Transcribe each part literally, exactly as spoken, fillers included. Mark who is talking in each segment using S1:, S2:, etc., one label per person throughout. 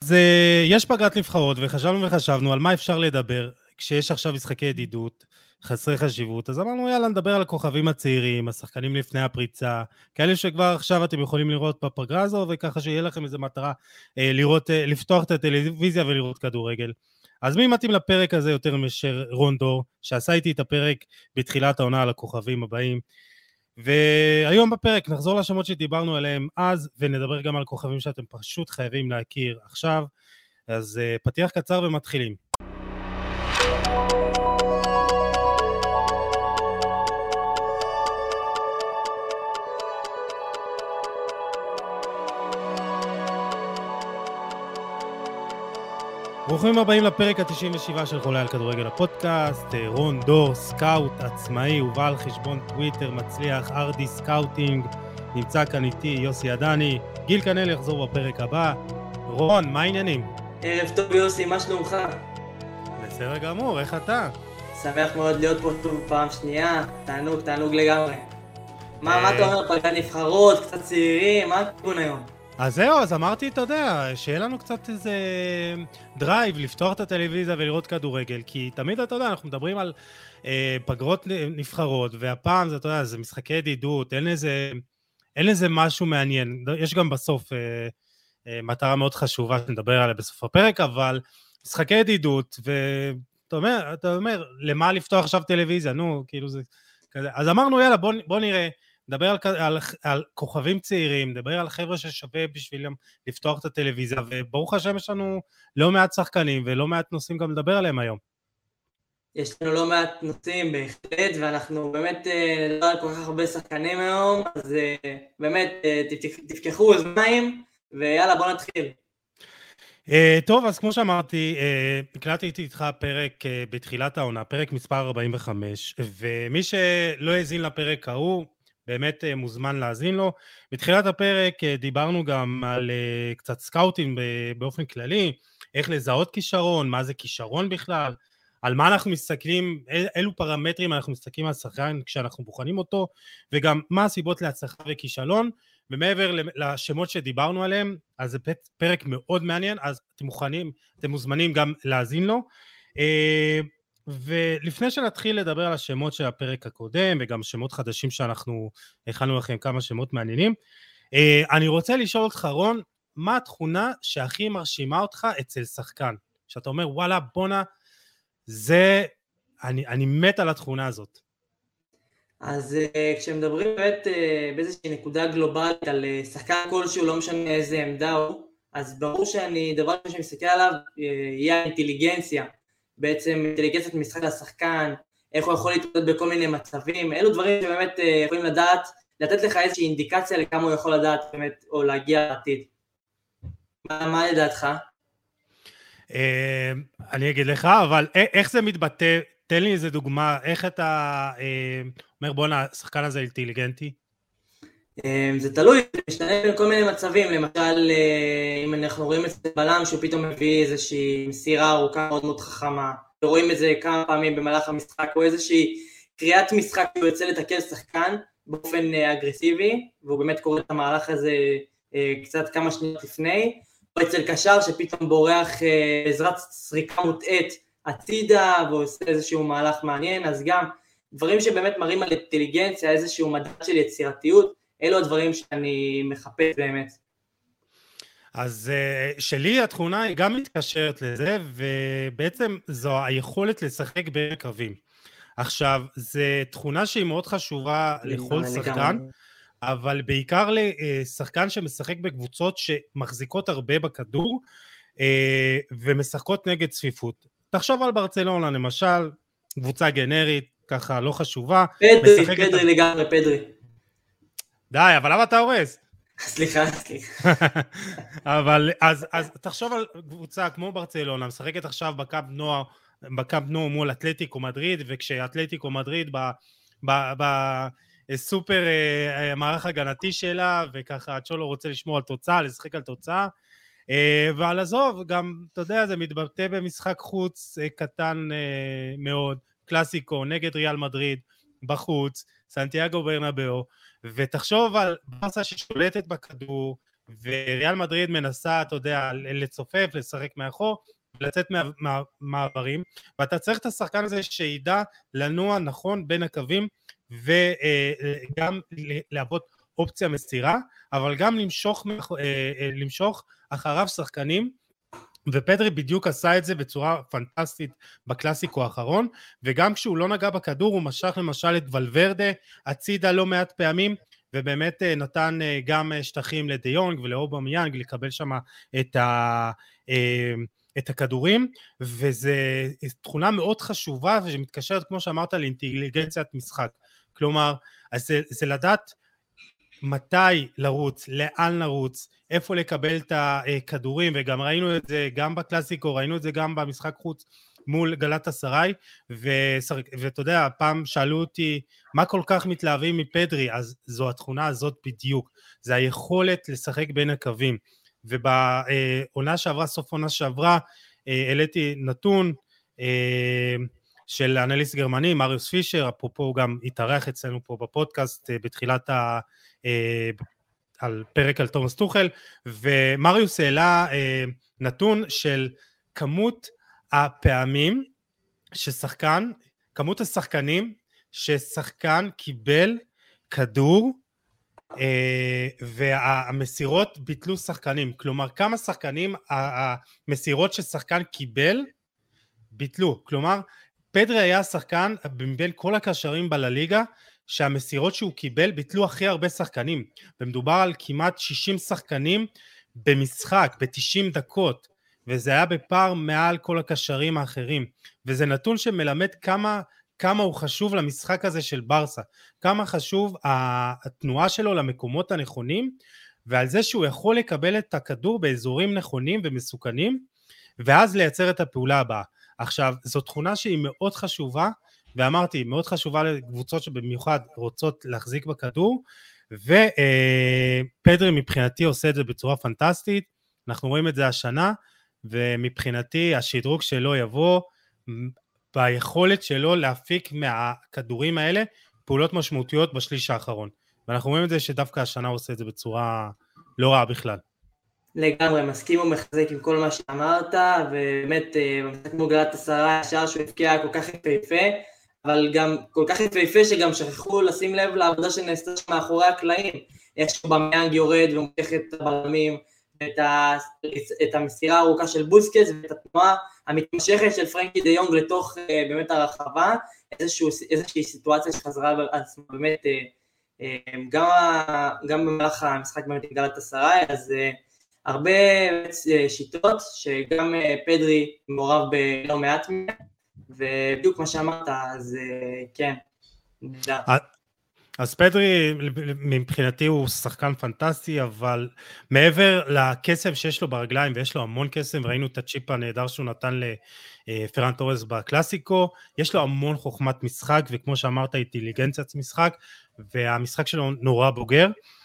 S1: אז uh, יש פגרת נבחרות, וחשבנו וחשבנו על מה אפשר לדבר, כשיש עכשיו משחקי ידידות, חסרי חשיבות, אז אמרנו יאללה נדבר על הכוכבים הצעירים, השחקנים לפני הפריצה, כאלה שכבר עכשיו אתם יכולים לראות בפגרה הזו, וככה שיהיה לכם איזו מטרה אה, לראות, אה, לפתוח את הטלוויזיה ולראות כדורגל. אז מי מתאים לפרק הזה יותר מאשר רון דור, שעשה איתי את הפרק בתחילת העונה על הכוכבים הבאים, והיום בפרק נחזור לשמות שדיברנו עליהם אז, ונדבר גם על כוכבים שאתם פשוט חייבים להכיר עכשיו. אז uh, פתיח קצר ומתחילים. ברוכים הבאים לפרק ה-תשעים ושבע של חולה על כדורגל הפודקאסט. רון דור, סקאוט, עצמאי ובעל חשבון טוויטר מצליח, ארדי סקאוטינג, נמצא כאן איתי יוסי עדני. גיל קנל יחזור בפרק הבא. רון, מה העניינים?
S2: ערב טוב יוסי, מה שלומך?
S1: בסדר גמור, איך אתה?
S2: שמח מאוד להיות פה טוב פעם שנייה, תענוג, תענוג לגמרי. מה, מה אתה אומר, פגרת נבחרות, קצת צעירים, מה הכיוון היום?
S1: אז זהו, אז אמרתי, אתה יודע, שיהיה לנו קצת איזה דרייב לפתוח את הטלוויזיה ולראות כדורגל, כי תמיד, אתה יודע, אנחנו מדברים על אה, פגרות נבחרות, והפעם, זה, אתה יודע, זה משחקי ידידות, אין איזה, אין איזה משהו מעניין. יש גם בסוף אה, אה, מטרה מאוד חשובה שנדבר עליה בסוף הפרק, אבל משחקי ידידות, ואתה אומר, אתה אומר, למה לפתוח עכשיו טלוויזיה? נו, כאילו זה כזה. אז אמרנו, יאללה, בוא, בוא נראה, נדבר על, על, על כוכבים צעירים, נדבר על חבר'ה ששווה בשבילם לפתוח את הטלוויזיה, וברוך השם יש לנו לא מעט שחקנים ולא מעט נושאים גם לדבר עליהם היום.
S2: יש לנו לא מעט נושאים בהחלט, ואנחנו באמת נדבר על כל כך הרבה שחקנים היום, אז באמת תפקחו אוזניים, ויאללה בוא נתחיל.
S1: Uh, טוב, אז כמו שאמרתי, uh, הקלטתי איתך פרק uh, בתחילת העונה, פרק מספר ארבעים וחמש, ומי שלא האזין לפרק ההוא, באמת uh, מוזמן להאזין לו. בתחילת הפרק uh, דיברנו גם על uh, קצת סקאוטים באופן כללי, איך לזהות כישרון, מה זה כישרון בכלל, על מה אנחנו מסתכלים, אל, אילו פרמטרים אנחנו מסתכלים על שחקן כשאנחנו בוחנים אותו, וגם מה הסיבות להצלחה וכישלון. ומעבר לשמות שדיברנו עליהם, אז זה פרק מאוד מעניין, אז אתם מוכנים, אתם מוזמנים גם להאזין לו. ולפני שנתחיל לדבר על השמות של הפרק הקודם, וגם שמות חדשים שאנחנו הכנו לכם כמה שמות מעניינים, אני רוצה לשאול אותך רון, מה התכונה שהכי מרשימה אותך אצל שחקן? שאתה אומר, וואלה, בונה, זה, אני, אני מת על התכונה הזאת.
S2: אז uh, כשמדברים באמת uh, באיזושהי נקודה גלובלית על uh, שחקן כלשהו, לא משנה איזה עמדה הוא, אז ברור שאני, דבר שאני מסתכל עליו, uh, יהיה האינטליגנציה, בעצם אינטליגנציית משחק לשחקן, איך הוא יכול להתמודד בכל מיני מצבים, אלו דברים שבאמת uh, יכולים לדעת, לתת לך איזושהי אינדיקציה לכמה הוא יכול לדעת באמת, או להגיע לעתיד. מה, מה לדעתך?
S1: Uh, אני אגיד לך, אבל איך זה מתבטא? תן לי איזה דוגמה, איך אתה אה, אומר בואנה, השחקן הזה אינטליגנטי?
S2: זה תלוי, זה משתנה בין כל מיני מצבים, למשל אם אנחנו רואים את בלם שהוא פתאום מביא איזושהי מסירה ארוכה מאוד מאוד חכמה, ורואים את זה כמה פעמים במהלך המשחק, או איזושהי קריאת משחק שהוא יוצא לתקל שחקן באופן אגרסיבי, והוא באמת קורא את המהלך הזה קצת כמה שניות לפני, או אצל קשר שפתאום בורח בעזרת סריקה מוטעת, הצידה ועושה איזשהו מהלך מעניין, אז גם דברים שבאמת מראים על אינטליגנציה, איזשהו מדד של יצירתיות, אלו הדברים שאני מחפש באמת.
S1: אז שלי התכונה היא גם מתקשרת לזה, ובעצם זו היכולת לשחק בין הקווים. עכשיו, זו תכונה שהיא מאוד חשובה לכל שחקן, אבל בעיקר לשחקן שמשחק בקבוצות שמחזיקות הרבה בכדור, ומשחקות נגד צפיפות. תחשוב על ברצלונה, למשל, קבוצה גנרית, ככה לא חשובה.
S2: פדרי, פדרי לגמרי, פדרי.
S1: די, אבל למה אתה הורס?
S2: סליחה, סליחה.
S1: אבל, אז, אז תחשוב על קבוצה כמו ברצלונה, משחקת עכשיו בקאמפ נו, בקאמפ נו מול אתלטיקו מדריד, וכשאתלטיקו מדריד בסופר מערך הגנתי שלה, וככה צ'ולו רוצה לשמור על תוצאה, לשחק על תוצאה, ועל עזוב, גם, אתה יודע, זה מתבטא במשחק חוץ קטן מאוד, קלאסיקו, נגד ריאל מדריד, בחוץ, סנטיאגו ברנבאו, ותחשוב על ברסה ששולטת בכדור, וריאל מדריד מנסה, אתה יודע, לצופף, לשחק מאחור, לצאת מהמעברים, ואתה צריך את השחקן הזה שידע לנוע נכון בין הקווים, וגם להוות אופציה מסירה, אבל גם למשוך, למשוך אחריו שחקנים, ופדרי בדיוק עשה את זה בצורה פנטסטית בקלאסיקו האחרון, וגם כשהוא לא נגע בכדור, הוא משך למשל את ולוורדה, הצידה לא מעט פעמים, ובאמת נתן גם שטחים לדיונג ולאובמיאנג לקבל שם את ה... את הכדורים, וזו תכונה מאוד חשובה, ושמתקשרת, כמו שאמרת, לאינטליגנציית משחק. כלומר, אז זה, זה לדעת מתי לרוץ, לאן לרוץ, איפה לקבל את הכדורים, וגם ראינו את זה גם בקלאסיקו, ראינו את זה גם במשחק חוץ מול גלאטסראי, ואתה יודע, פעם שאלו אותי, מה כל כך מתלהבים מפדרי? אז זו התכונה הזאת בדיוק, זה היכולת לשחק בין הקווים, ובעונה שעברה, סוף עונה שעברה, העליתי נתון של אנליסט גרמני, מריוס פישר, אפרופו הוא גם התארח אצלנו פה בפודקאסט בתחילת ה... על פרק על תומאס טוחל, ומריוס העלה נתון של כמות הפעמים ששחקן, כמות השחקנים ששחקן קיבל כדור, והמסירות ביטלו שחקנים, כלומר כמה שחקנים המסירות ששחקן קיבל ביטלו, כלומר פדרי היה שחקן בין כל הקשרים בלליגה שהמסירות שהוא קיבל ביטלו הכי הרבה שחקנים, ומדובר על כמעט שישים שחקנים במשחק, ב-תשעים דקות, וזה היה בפער מעל כל הקשרים האחרים, וזה נתון שמלמד כמה כמה הוא חשוב למשחק הזה של ברסה, כמה חשוב התנועה שלו למקומות הנכונים, ועל זה שהוא יכול לקבל את הכדור באזורים נכונים ומסוכנים, ואז לייצר את הפעולה הבאה. עכשיו, זו תכונה שהיא מאוד חשובה, ואמרתי, מאוד חשובה לקבוצות שבמיוחד רוצות להחזיק בכדור, ופדרי מבחינתי עושה את זה בצורה פנטסטית, אנחנו רואים את זה השנה, ומבחינתי השדרוג שלו יבוא, ביכולת שלו להפיק מהכדורים האלה פעולות משמעותיות בשליש האחרון, ואנחנו רואים את זה שדווקא השנה הוא עושה את זה בצורה לא רעה בכלל.
S2: לגמרי, מסכים ומחזק עם כל מה שאמרת, ובאמת במשחק מול גלאטסראי השער שהוא הבקיע כל כך יפהפה, אבל גם כל כך יפהפה שגם שכחו לשים לב לעבודה שנעשתה מאחורי הקלעים, איך אובמיאנג יורד ומושך את הבלמים, את, ה, את המסירה הארוכה של בוסקס ואת התנועה המתמשכת של פרנקי דה יונג לתוך uh, באמת הרחבה, איזשהו, איזושהי סיטואציה שחזרה על עצמה באמת uh, uh, גם, גם במהלך המשחק באמת עם גלאטסראי, אז uh, הרבה uh, שיטות שגם uh, פדרי מעורב בלא מעט מהם, ובדיוק מה שאמרת, אז uh, כן, נדע.
S1: אז פדרי מבחינתי הוא שחקן פנטסטי, אבל מעבר לקסם שיש לו ברגליים, ויש לו המון קסם, ראינו את הצ'יפ הנהדר שהוא נתן לפרן טורס בקלאסיקו, יש לו המון חוכמת משחק, וכמו שאמרת, אינטליגנציית משחק, והמשחק שלו נורא בוגר.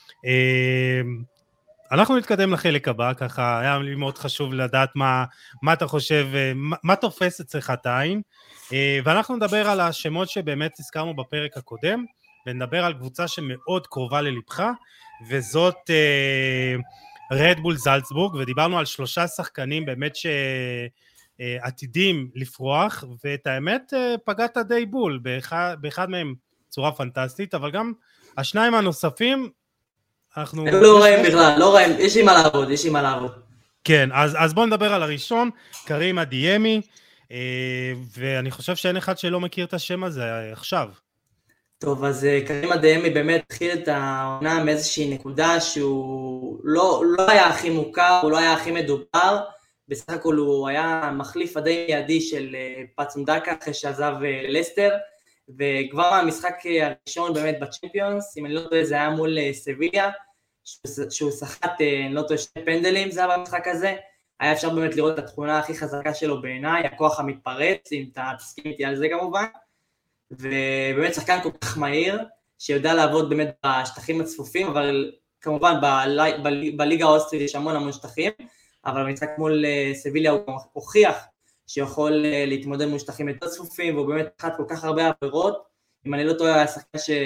S1: אנחנו נתקדם לחלק הבא, ככה היה לי מאוד חשוב לדעת מה, מה אתה חושב, מה, מה תופס אצלך את העין, ואנחנו נדבר על השמות שבאמת הזכרנו בפרק הקודם, ונדבר על קבוצה שמאוד קרובה ללבך, וזאת רדבול זלצבורג, ודיברנו על שלושה שחקנים באמת שעתידים לפרוח, ואת האמת פגעת די בול, באחד, באחד מהם צורה פנטסטית, אבל גם השניים הנוספים, אנחנו...
S2: הם לא רעים בכלל, לא רעים, יש לי מה לעבוד, יש לי מה לעבוד.
S1: כן, אז, אז בואו נדבר על הראשון, קרים אדיאמי, ואני חושב שאין אחד שלא מכיר את השם הזה עכשיו.
S2: טוב, אז קרים אדיאמי באמת התחיל את העונה מאיזושהי נקודה שהוא לא, לא היה הכי מוכר, הוא לא היה הכי מדובר, בסך הכל הוא היה מחליף הדי מיידי של פצונדקה אחרי שעזב לסטר, וכבר המשחק הראשון באמת בצ'מפיונס, אם אני לא טועה זה היה מול סביליה, שהוא שחט, אני לא טועה שני פנדלים זה היה במשחק הזה, היה אפשר באמת לראות את התכונה הכי חזקה שלו בעיניי, הכוח המתפרץ, אם אתה תסכים איתי על זה כמובן, ובאמת שחקן כל כך מהיר, שיודע לעבוד באמת בשטחים הצפופים, אבל כמובן בליגה האוסטרית יש המון המון שטחים, אבל במשחק מול סביליה הוא הוכיח שיכול להתמודד מול שטחים יותר צפופים, והוא באמת חד כל כך הרבה עבירות, אם אני לא טועה היה שחקן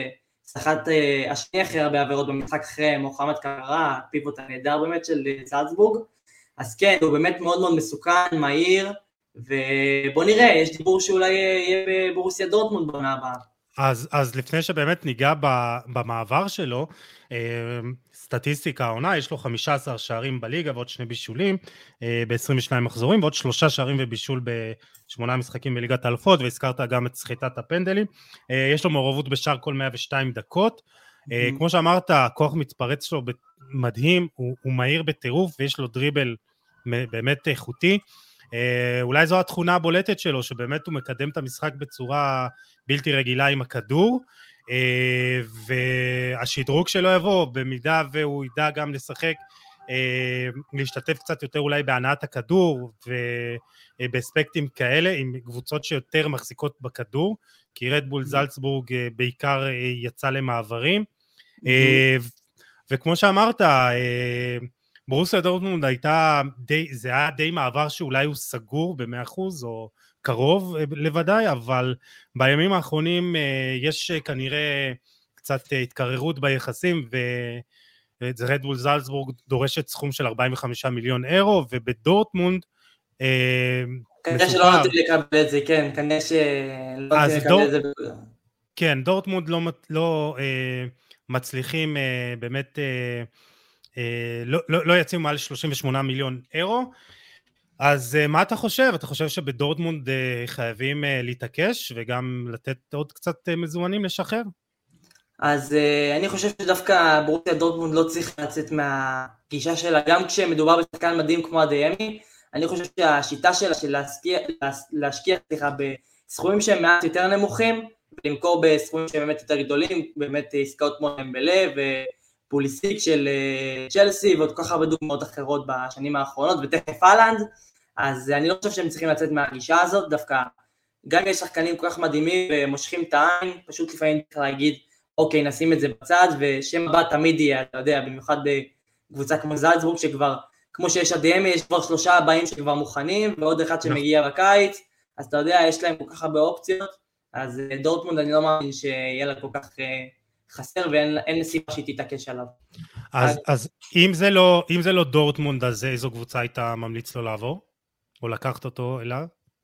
S2: סחט השני הכי הרבה עבירות במשחק אחרי מוחמד קררה, הפיבוט הנהדר באמת של זלצבורג, אז כן, הוא באמת מאוד מאוד מסוכן, מהיר, ובוא נראה, יש דיבור שאולי יהיה בבורוסיה דורטמונד בעונה הבאה.
S1: אז, אז לפני שבאמת ניגע במעבר שלו, סטטיסטיקה העונה, יש לו חמישה עשר שערים בליגה ועוד שני בישולים ב-עשרים ושניים מחזורים, ועוד שלושה שערים ובישול בשמונה משחקים בליגת האלופות, והזכרת גם את סחיטת הפנדלים. יש לו מעורבות בשער כל מאה ושתיים דקות. Mm-hmm. כמו שאמרת, הכוח מתפרץ שלו מדהים, הוא, הוא מהיר בטירוף, ויש לו דריבל באמת איכותי. אולי זו התכונה הבולטת שלו, שבאמת הוא מקדם את המשחק בצורה בלתי רגילה עם הכדור, והשדרוג שלו יבוא, במידה והוא ידע גם לשחק, להשתתף קצת יותר אולי בהנעת הכדור, ובאספקטים כאלה, עם קבוצות שיותר מחזיקות בכדור, כי רדבול זלצבורג בעיקר יצא למעברים, וכמו שאמרת, ברוסיה דורטמונד הייתה, די, זה היה די מעבר שאולי הוא סגור ב-מאה אחוז או קרוב לוודאי, אבל בימים האחרונים יש כנראה קצת התקררות ביחסים, ורדבול זלצבורג דורשת סכום של ארבעים וחמישה מיליון אירו, ובדורטמונד
S2: כנראה שלא נותן לקבל את זה, כן, כנראה שלא נותן לקבל את זה.
S1: כן, דורטמונד לא, לא מצליחים באמת, לא, לא, לא יציעו מעל שלושים ושמונה מיליון אירו, אז מה אתה חושב? אתה חושב שבדורטמונד חייבים להתעקש וגם לתת עוד קצת מזומנים לשחרר?
S2: אז אני חושב שדווקא ברוסיה דורטמונד לא צריך לצאת מהגישה שלה, גם כשמדובר בשחקן מדהים כמו אדיימי, אני חושב שהשיטה שלה של להשקיע, להשקיע סליחה, בסכומים שהם מעט יותר נמוכים, ולמכור בסכומים שהם באמת יותר גדולים, באמת עסקאות כמו דמבלה ופוליסיק של צ'לסי, ועוד כל כך הרבה דוגמאות אחרות בשנים האחרונות, ותכף הלנד, אז אני לא חושב שהם צריכים לצאת מהגישה הזאת, דווקא גם יש שחקנים כל כך מדהימים ומושכים את העין, פשוט לפעמים צריך להגיד, אוקיי, נשים את זה בצד, ושם הבא תמיד יהיה, אתה יודע, במיוחד בקבוצה כמו זלצבורג, שכבר, כמו שיש אדיימי, יש כבר שלושה הבאים שכבר מוכנים, ועוד אחד שמגיע בקיץ, אז אתה יודע, יש להם כל כך הרבה אופציות, אז דורטמונד אני לא מאמין שיהיה לה כל כך חסר, ואין סיבה שהיא תתעקש עליו.
S1: אז, אז אם זה לא, אם זה לא דורטמונד, אז איזו קבוצה היית ממליץ לו לעבור? או לקחת אותו אליו?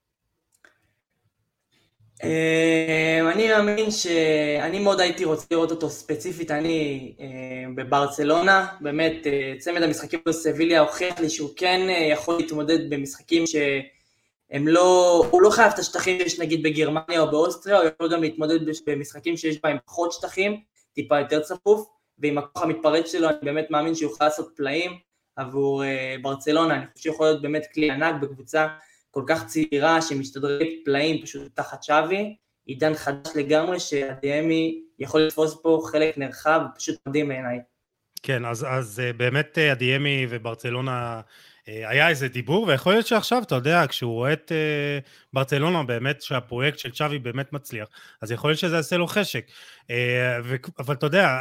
S2: אני מאמין שאני מאוד הייתי רוצה לראות אותו ספציפית, אני בברצלונה, באמת צמד המשחקים בסביליה הוכיח לי שהוא כן יכול להתמודד במשחקים שהם לא, הוא לא חייב את השטחים שיש נגיד בגרמניה או באוסטריה, הוא יכול גם להתמודד במשחקים שיש בהם פחות שטחים, טיפה יותר צפוף, ועם הכוח המתפרץ שלו אני באמת מאמין שהוא יכול לעשות פלאים עבור ברצלונה, אני חושב שיכול להיות באמת כלי ענק בקבוצה כל כך צעירה שמשתדרגת פלאים פשוט תחת שווי, עידן חדש לגמרי שאדיימי יכול לתפוס פה חלק נרחב, פשוט מדהים בעיניי.
S1: כן, אז, אז באמת אדיימי וברצלונה היה איזה דיבור, ויכול להיות שעכשיו, אתה יודע, כשהוא רואה את ברצלונה באמת, שהפרויקט של שווי באמת מצליח, אז יכול להיות שזה יעשה לו חשק. אבל אתה יודע,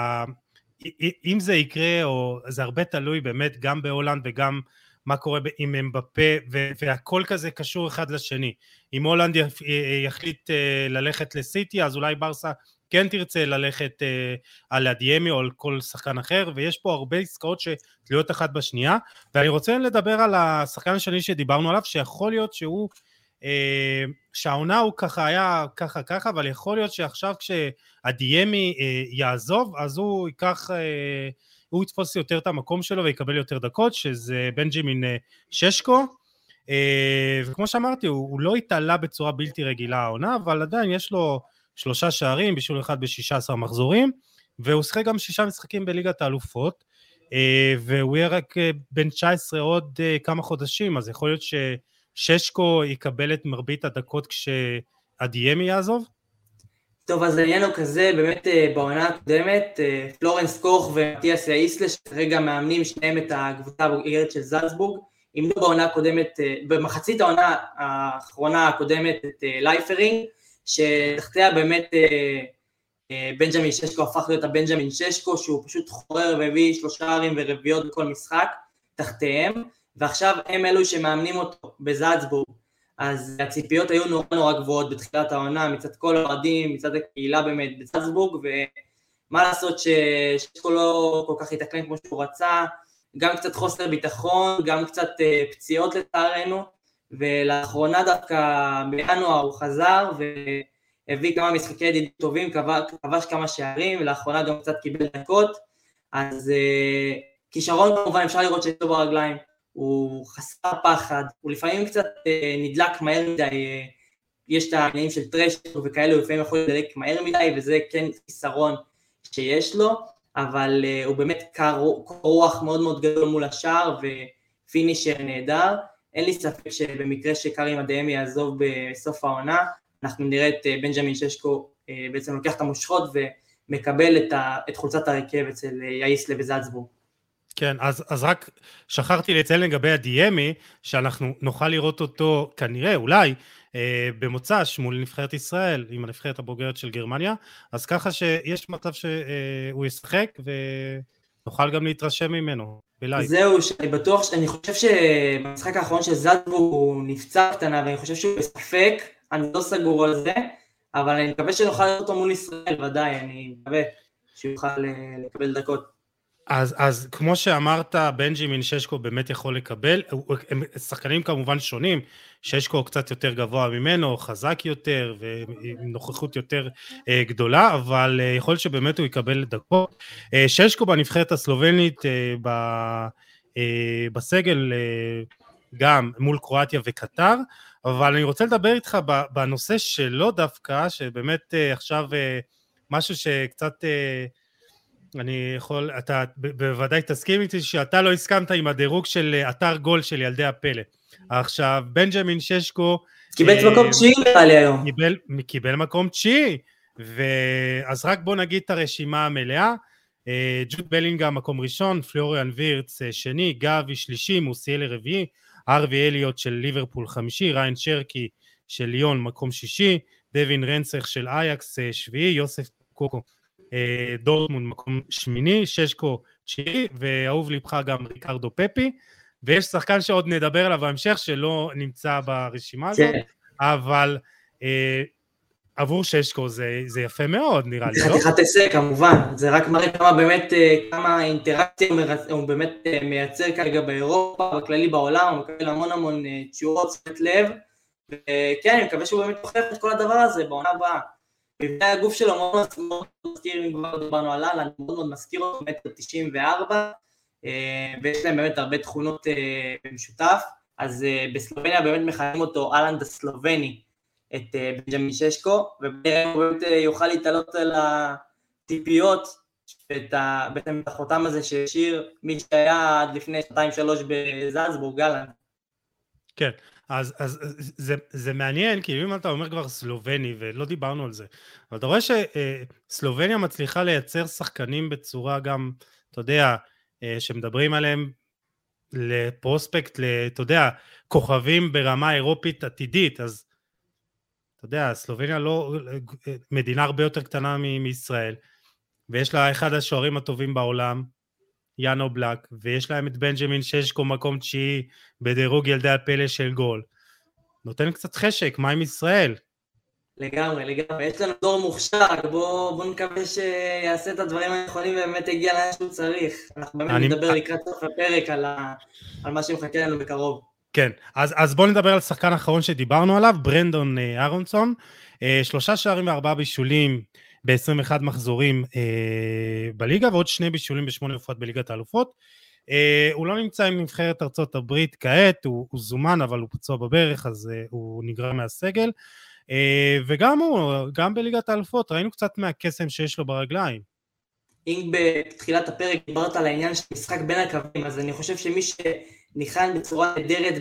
S1: אם זה יקרה, או זה הרבה תלוי באמת גם בהולנד וגם מה קורה עם אמבפה, והכל כזה קשור אחד לשני. אם הולנד יחליט ללכת לסיטי, אז אולי ברסה כן תרצה ללכת על אדיימי או על כל שחקן אחר, ויש פה הרבה עסקאות שתלויות אחת בשנייה, ואני רוצה לדבר על השחקן השני שדיברנו עליו, שיכול להיות שהוא, שהעונה הוא ככה היה ככה ככה, אבל יכול להיות שעכשיו כשאדיימי יעזוב, אז הוא ייקח, הוא יתפוס יותר את המקום שלו ויקבל יותר דקות, שזה בנג'מין ששקו, וכמו שאמרתי, הוא, הוא לא התעלה בצורה בלתי רגילה העונה, אבל עדיין יש לו שלושה שערים, בישול אחד ב-שישה עשר מחזורים, והוא שחק גם שישה משחקים בליגת האלופות, והוא יהיה רק בין תשע עשרה עוד כמה חודשים, אז יכול להיות שששקו יקבל את מרבית הדקות כשאדיימי יעזוב?
S2: טוב, אז העניין הוא כזה, באמת בעונה הקודמת, פלורנס קוך ומתיאס איסלה, שכרגע מאמנים שניהם את הקבוצה הבוגרת של זלצבורג, אימנו בעונה הקודמת, במחצית העונה האחרונה הקודמת את לייפרינג, שתחתיה באמת בנג'מין ששקו הפך להיות הבנג'מין ששקו, שהוא פשוט חורר והביא שלושה ערים ורביעות בכל משחק תחתיהם, ועכשיו הם אלו שמאמנים אותו בזלצבורג, אז הציפיות היו נורא נורא גבוהות בתחילת העונה, מצד כל האוהדים, מצד הקהילה באמת בזלצבורג, מה לעשות שששקו לא כל כך התאקלם כמו שהוא רצה, גם קצת חוסר ביטחון, גם קצת פציעות לצערנו, ולאחרונה דווקא בינואר הוא חזר והביא כמה משחקי ידידות טובים, כבש כמה שערים, ולאחרונה גם קצת קיבל דקות, אז כישרון כמובן אפשר לראות שיש לו ברגליים, הוא חסר פחד, הוא לפעמים קצת נדלק מהר מדי, יש את העניינים של טרש וכאלה, הוא לפעמים יכול לדלק מהר מדי, וזה כן חיסרון שיש לו, אבל הוא באמת קר רוח מאוד מאוד גדול מול השאר, ופינישר נהדר. אין לי ספק שבמקרה שקרים אדיימי יעזוב בסוף העונה, אנחנו נראה את בנג'מין ששקו בעצם לוקח את המושכות, ומקבל את, ה, את חולצת הרכב אצל יאיסלה וזלצבורג.
S1: כן, אז, אז רק שכחתי לציין לגבי אדיימי, שאנחנו נוכל לראות אותו כנראה, אולי, אה, במוצ"ש מול נבחרת ישראל, עם הנבחרת הבוגרת של גרמניה, אז ככה שיש מצב שהוא ישחק, ונוכל גם להתרשם ממנו, בלייב.
S2: זהו, שאני בטוח, אני חושב שבמשחק האחרון של זלצבורג הוא נפצע קטנה, ואני חושב שהוא בספק, אני לא סגור על זה, אבל אני מקווה שנוכל לראות אותו מול ישראל, ודאי, אני מקווה שהוא יוכל לקבל דקות.
S1: אז, אז כמו שאמרת, בנג'מין ששקו באמת יכול לקבל, הם שחקנים כמובן שונים, ששקו קצת יותר גבוה ממנו, חזק יותר, ועם נוכחות יותר אה, גדולה, אבל אה, יכול להיות שבאמת הוא יקבל דקות. אה, ששקו בנבחרת הסלובנית, אה, ב, אה, בסגל, אה, גם מול קרואטיה וקטר, אבל אני רוצה לדבר איתך בנושא שלו דווקא, שבאמת אה, עכשיו אה, משהו שקצת... אה, אני יכול, אתה בוודאי תסכים איתי שאתה לא הסכמת עם הדירוג של אתר גול של ילדי הפלא. עכשיו, בנג'מין ששקו...
S2: קיבל מקום תשיעי נראה לי היום.
S1: קיבל, קיבל מקום תשיעי, אז רק בוא נגיד את הרשימה המלאה. ג'וד בלינגהאם מקום ראשון, פלוריאן וירץ שני, גבי שלישי, מוסיאלה רביעי, ארווי אליוט של ליברפול חמישי, ריין שרקי של ליון מקום שישי, דווין רנסך של אייקס שביעי, יוסף קוקו דורטמונד מקום שמיני, ששקו תשיעי, ואהוב לבך גם ריקרדו פפי, ויש שחקן שעוד נדבר עליו בהמשך שלא נמצא ברשימה הזאת, כן. אבל אה, עבור ששקו זה, זה יפה מאוד נראה לי, לא?
S2: חתיכת הישג כמובן, זה רק מראה כמה באמת, כמה אינטראקציה הוא באמת מייצר כרגע באירופה, בכללי בעולם, הוא מקבל המון המון תשורות, שמת לב, וכן, אני מקווה שהוא באמת הוכיח את כל הדבר הזה בעונה הבאה. מבנה הגוף שלו מאוד מאוד מזכיר, אם כבר דיברנו על אלן, מאוד מאוד מזכיר אותו, מטר תשעים וארבע, ויש להם באמת הרבה תכונות במשותף, אז בסלובניה באמת מכנים אותו אלן הסלובני, את בנג'מין ששקו, ובאמת יוכל להתעלות על הטיפיות, ואת החותם הזה שהשאיר מי שהיה עד לפני שנתיים שלוש בזלצבורג, אלן.
S1: כן. אז, אז זה, זה מעניין, כי אם אתה אומר כבר סלובני, ולא דיברנו על זה, אבל אתה רואה שסלובניה מצליחה לייצר שחקנים בצורה גם, אתה יודע, שמדברים עליהם לפרוספקט, אתה יודע, כוכבים ברמה אירופית עתידית, אז אתה יודע, סלובניה לא, מדינה הרבה יותר קטנה מישראל, ויש לה אחד השוערים הטובים בעולם, יאנו בלק, ויש להם את בנג'מין ששקו מקום תשיעי בדירוג ילדי הפלא של גול. נותן קצת חשק, מה עם ישראל?
S2: לגמרי, לגמרי. יש לנו דור מוכשר, בוא, בוא נקווה שיעשה את הדברים הנכונים ובאמת הגיע לאן שהוא צריך. אנחנו באמת אני... נדבר לקראת סוף הפרק על, ה... על מה שמחכה לנו בקרוב.
S1: כן, אז, אז בוא נדבר על שחקן האחרון שדיברנו עליו, ברנדון אהרונסון, שלושה שערים וארבעה בישולים, ב-עשרים ואחד מחזורים אה, בליגה, ועוד שני בישולים בשמונה הופעות בליגת האלופות. אה, הוא לא נמצא עם נבחרת ארצות הברית כעת, הוא, הוא זומן, אבל הוא פצוע בברך, אז אה, הוא נגרע מהסגל. אה, וגם הוא, גם בליגת האלופות, ראינו קצת מהקסם שיש לו ברגליים.
S2: אם בתחילת הפרק דיברת על העניין של משחק בין הקווים, אז אני חושב שמי שניחן בצורה נהדרת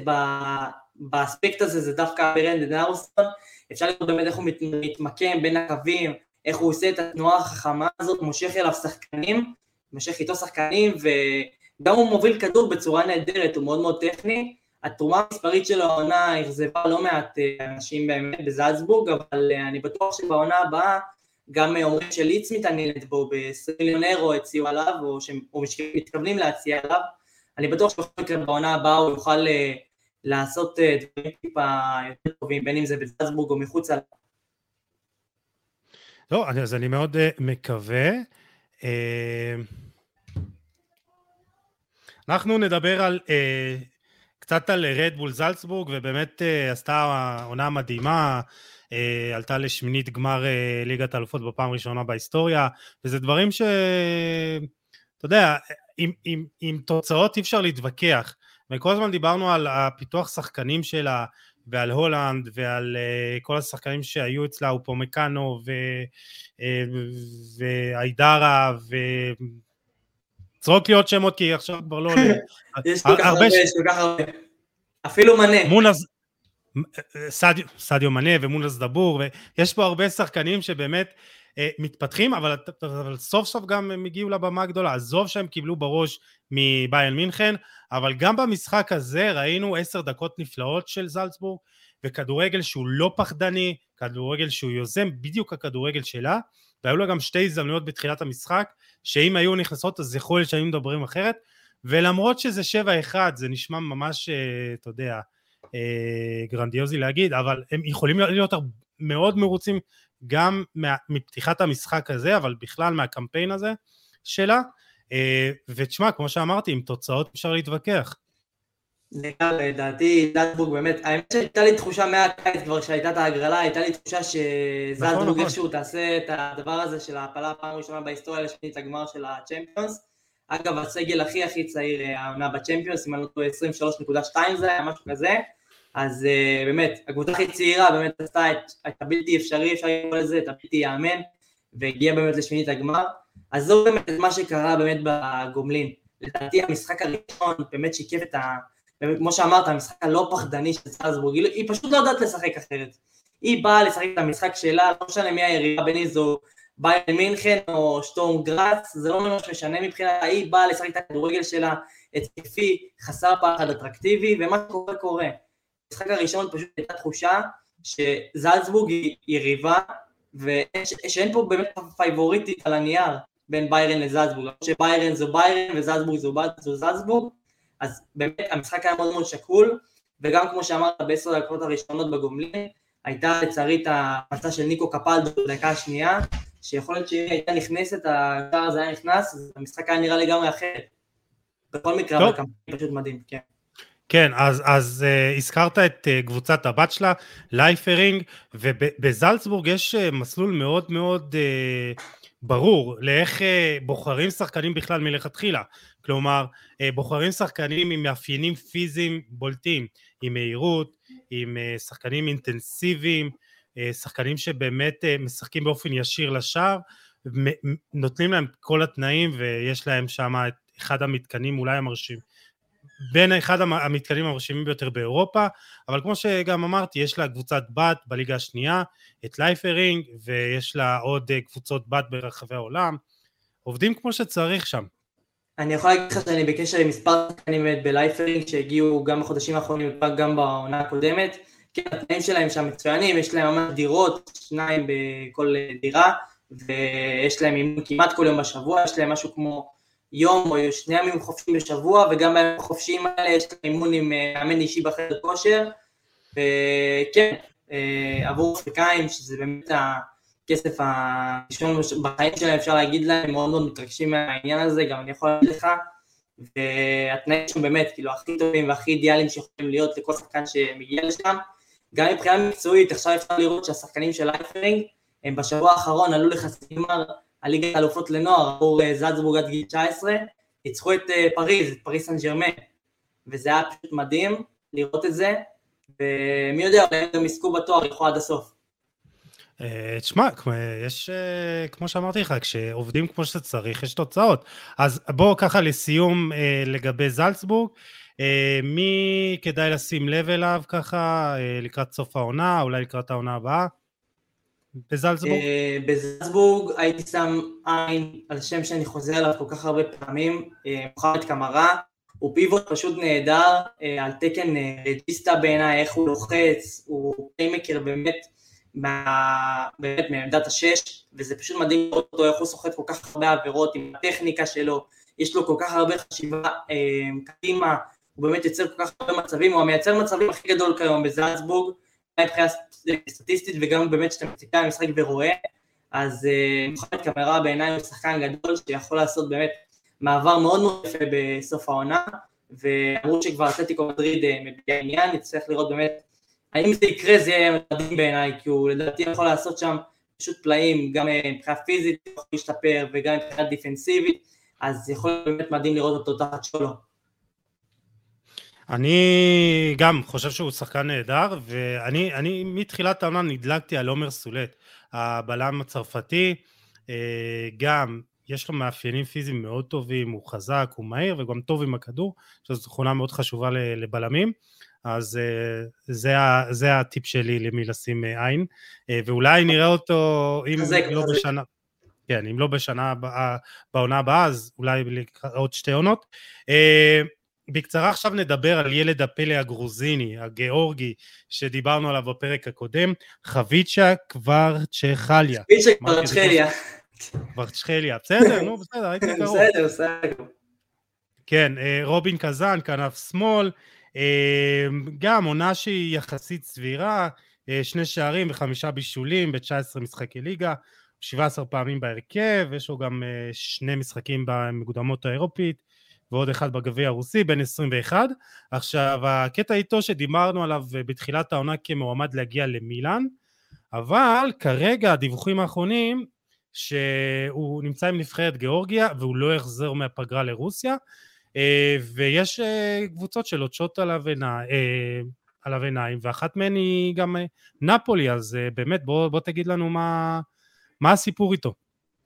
S2: באספקט הזה, זה דווקא ברנדון אהרונסון. אפשר לראות באמת איך הוא מתמקם בין הקווים, איך הוא עושה את התנועה החכמה הזאת, מושך אליו שחקנים, מושך איתו שחקנים, וגם הוא מוביל כדור בצורה נהדרת, הוא מאוד מאוד טכני. התרומה המספרית של העונה החזבה לא מעט אנשים באמת בזלצבורג, אבל אני בטוח שבעונה הבאה, גם אומרים שליץ מתעניינת בו, ב-עשרים מיליון אירו הציעו עליו, או שהם מתכוונים להציע עליו. אני בטוח שבכל מקרה בעונה הבאה הוא יוכל לעשות דברים טיפה יותר טובים, בין אם זה בזלצבורג או מחוץ עליו.
S1: לא, אז אני מאוד מקווה, אנחנו נדבר על, קצת על רדבול זלצבורג, ובאמת עשתה עונה מדהימה, עלתה לשמינית גמר ליגת האלופות בפעם הראשונה בהיסטוריה, וזה דברים ש... אתה יודע, עם, עם, עם תוצאות אי אפשר להתווכח, וכל הזמן דיברנו על הפיתוח שחקנים שלה, ועל הולנד, ועל uh, כל השחקנים שהיו אצלה, אופומקאנו, והיידרה, ו... צרוק לי עוד שמות, כי עכשיו כבר לא...
S2: יש כל כך הרבה, יש כל כך הרבה. אפילו מנה.
S1: מונס, סדיו, סדיו מנה ומונס דבור, ויש פה הרבה שחקנים שבאמת אה, מתפתחים, אבל, אבל סוף סוף גם הם הגיעו לבמה הגדולה. עזוב שהם קיבלו בראש מביירן מינכן, אבל גם במשחק הזה ראינו עשר דקות נפלאות של זלצבורג, וכדורגל שהוא לא פחדני, כדורגל שהוא יוזם, בדיוק הכדורגל שלה, והיו לה גם שתי הזדמנויות בתחילת המשחק, שאם היו נכנסות אז יכול להיות שהיו מדברים אחרת, ולמרות שזה שבע אחד, זה נשמע ממש, אתה יודע, גרנדיוזי להגיד, אבל הם יכולים להיות מאוד מרוצים גם מפתיחת המשחק הזה, אבל בכלל מהקמפיין הזה שלה, ותשמע, כמו שאמרתי, עם תוצאות אפשר להתווכח.
S2: לדעתי, זלצבורג באמת, האמת שהייתה לי תחושה מהקיץ כבר שהייתה את ההגרלה, הייתה לי תחושה שזלצבורג איכשהו תעשה את הדבר הזה של ההפלה הפעם הראשונה בהיסטוריה לשמינית הגמר של הצ'מפיונס. אגב, הסגל הכי הכי צעיר העונה בצ'מפיונס, אם אני לא טועה עשרים ושלוש נקודה שתיים זה היה משהו כזה, אז באמת, הקבוצה הכי צעירה באמת עשתה את הבלתי אפשרי, אפשר לקרוא לזה, את הבלתי יאמן, והגיעה באמת לשמינית הגמר. אז זו באמת מה שקרה באמת בגומלין. לדעתי המשחק הראשון באמת שיקף את ה... כמו שאמרת, המשחק הלא פחדני של זלצבורג, היא פשוט לא יודעת לשחק אחרת. היא באה לשחק את המשחק שלה, לא משנה מי היריבה, בין אם זו ביירן מינכן או שטורם גראץ, זה לא ממש משנה מבחינה, היא באה לשחק את הכדורגל שלה, התקפי, חסר פחד אטרקטיבי, ומה שקורה קורה. המשחק הראשון פשוט הייתה תחושה שזלצבורג היא יריבה, ושאין פה באמת פייבוריטית על הנייר בין ביירן לזלצבורג, שביירן זו ביירן וזלצבורג זו זלצבורג, אז באמת המשחק היה מאוד מאוד שקול, וגם כמו שאמרת בעשר דקות הראשונות בגומלין, הייתה לצערי את ההפצה של ניקו קפלדו בדקה השנייה, שיכול להיות שהיא הייתה נכנסת, השער הזה היה נכנס, אז המשחק היה נראה לגמרי אחרת. בכל מקרה, אבל הקמפיין פשוט מדהים, כן.
S1: כן, אז, אז uh, הזכרת את uh, קבוצת הבת שלה, לייפרינג, ובזלצבורג יש uh, מסלול מאוד מאוד uh, ברור, לאיך uh, בוחרים שחקנים בכלל מלכתחילה, כלומר, uh, בוחרים שחקנים עם מאפיינים פיזיים בולטים, עם מהירות, עם uh, שחקנים אינטנסיביים, uh, שחקנים שבאמת uh, משחקים באופן ישיר לשער, נותנים להם כל התנאים, ויש להם שם את אחד המתקנים אולי המרשים, בין אחד המתקנים המרשימים ביותר באירופה, אבל כמו שגם אמרתי, יש לה קבוצת בת בליגה השנייה, את לייפרינג, ויש לה עוד קבוצות בת ברחבי העולם, עובדים כמו שצריך שם.
S2: אני יכול להגיד לך שאני בקשר עם מספר שחקנים בלייפרינג, שהגיעו גם בחודשים האחרונים, גם בעונה הקודמת, כי התנאים שלהם שם מצוינים, יש להם ממש דירות, שניים בכל דירה, ויש להם אימון כמעט כל יום בשבוע, יש להם משהו כמו יום או שני ימים חופשיים בשבוע, וגם בימים החופשיים האלה יש להם אימון עם מאמן אישי בחדר כושר, וכן, עבור אפריקאים, שזה באמת הכסף הראשון בחיים שלהם, אפשר להגיד להם, מאוד מאוד מתרגשים מהעניין הזה, גם אני יכול להגיד לך, והתנאים שם באמת, כאילו, הכי טובים והכי אידיאליים שיכולים להיות לכל שחקן שמגיע לשם, גם מבחינה מקצועית, עכשיו אפשר לראות שהשחקנים של לייפרינג, הם בשבוע האחרון עלו לחצי גמר הליגת האלופות לנוער, עבור זלצבורג עד גיל תשע עשרה, ניצחו את פריז, את פריז סן ז'רמן, וזה היה פשוט מדהים לראות את זה, ומי יודע, אולי הם יזכו בתואר, ילכו עד הסוף.
S1: תשמע, יש, כמו שאמרתי לך, כשעובדים כמו שצריך, יש תוצאות. אז בואו ככה לסיום לגבי זלצבורג, מי כדאי לשים לב אליו ככה, לקראת סוף העונה, אולי לקראת העונה הבאה? בזלצבורג?
S2: בזלצבורג הייתי שם עין על שם שאני חוזר עליו כל כך הרבה פעמים, מוחמד קמרה, הוא פיבוט פשוט נהדר, על תקן רגיסטה בעיניי, איך הוא לוחץ, הוא פיימקר באמת, באמת מעמדת השש, וזה פשוט מדהים לראות אותו, איך הוא סוחט כל כך הרבה עבירות עם הטכניקה שלו, יש לו כל כך הרבה חשיבה קדימה, הוא באמת יוצר כל כך הרבה מצבים, הוא המייצר מצבים הכי גדול כיום בזלצבורג, מבחינה סטטיסטית וגם באמת שאתה מציקה במשחק ורואה, אז מוחמד קמרה בעיניי הוא שחקן גדול, שיכול לעשות באמת מעבר מאוד מאוד יפה בסוף העונה, ואמרו שכבר אתלטיקו מדריד מביע עניין, נצטרך לראות באמת, האם זה יקרה זה יהיה מדהים בעיניי, כי הוא לדעתי יכול לעשות שם פשוט פלאים, גם מבחינה פיזית, יכול להשתפר, וגם מבחינה דיפנסיבית, אז יכול להיות באמת מדהים לראות אותו תחת שלו.
S1: אני גם חושב שהוא שחקן נהדר, ואני אני מתחילת העונה נדלקתי על עומר סולט, הבלם הצרפתי, גם יש לו מאפיינים פיזיים מאוד טובים, הוא חזק, הוא מהיר וגם טוב עם הכדור, שזו תכונה מאוד חשובה לבלמים, אז זה, זה הטיפ שלי למי לשים עין, ואולי נראה אותו, אם חזק, לא חזק. בשנה, כן, אם לא בשנה, בעונה הבאה, אז אולי עוד שתי עונות. בקצרה עכשיו נדבר על ילד הפלא הגרוזיני, הגיאורגי, שדיברנו עליו בפרק הקודם, חביצ'ה קוורצ'חליה.
S2: חביצ'ה קוורצ'חליה.
S1: קוורצ'חליה, בסדר, נו, בסדר, הייתי קרוב.
S2: בסדר, בסדר.
S1: כן, רובין קזן, כנף שמאל, גם עונה שהיא יחסית סבירה, שני שערים וחמישה בישולים ב-תשע עשרה משחקי ליגה, שבע עשרה פעמים בהרכב, יש לו גם שני משחקים במוקדמות האירופית, ועוד אחד בגביע הרוסי, בין עשרים ואחת. עכשיו, הקטע איתו שדיברנו עליו בתחילת העונה כמועמד להגיע למילאן, אבל כרגע הדיווחים האחרונים, שהוא נמצא עם נבחרת גיאורגיה, והוא לא יחזר מהפגרה לרוסיה, ויש קבוצות שלוטשות עליו עיניים, ואחת מהן היא גם נפולי, אז באמת בוא, בוא תגיד לנו מה, מה הסיפור איתו.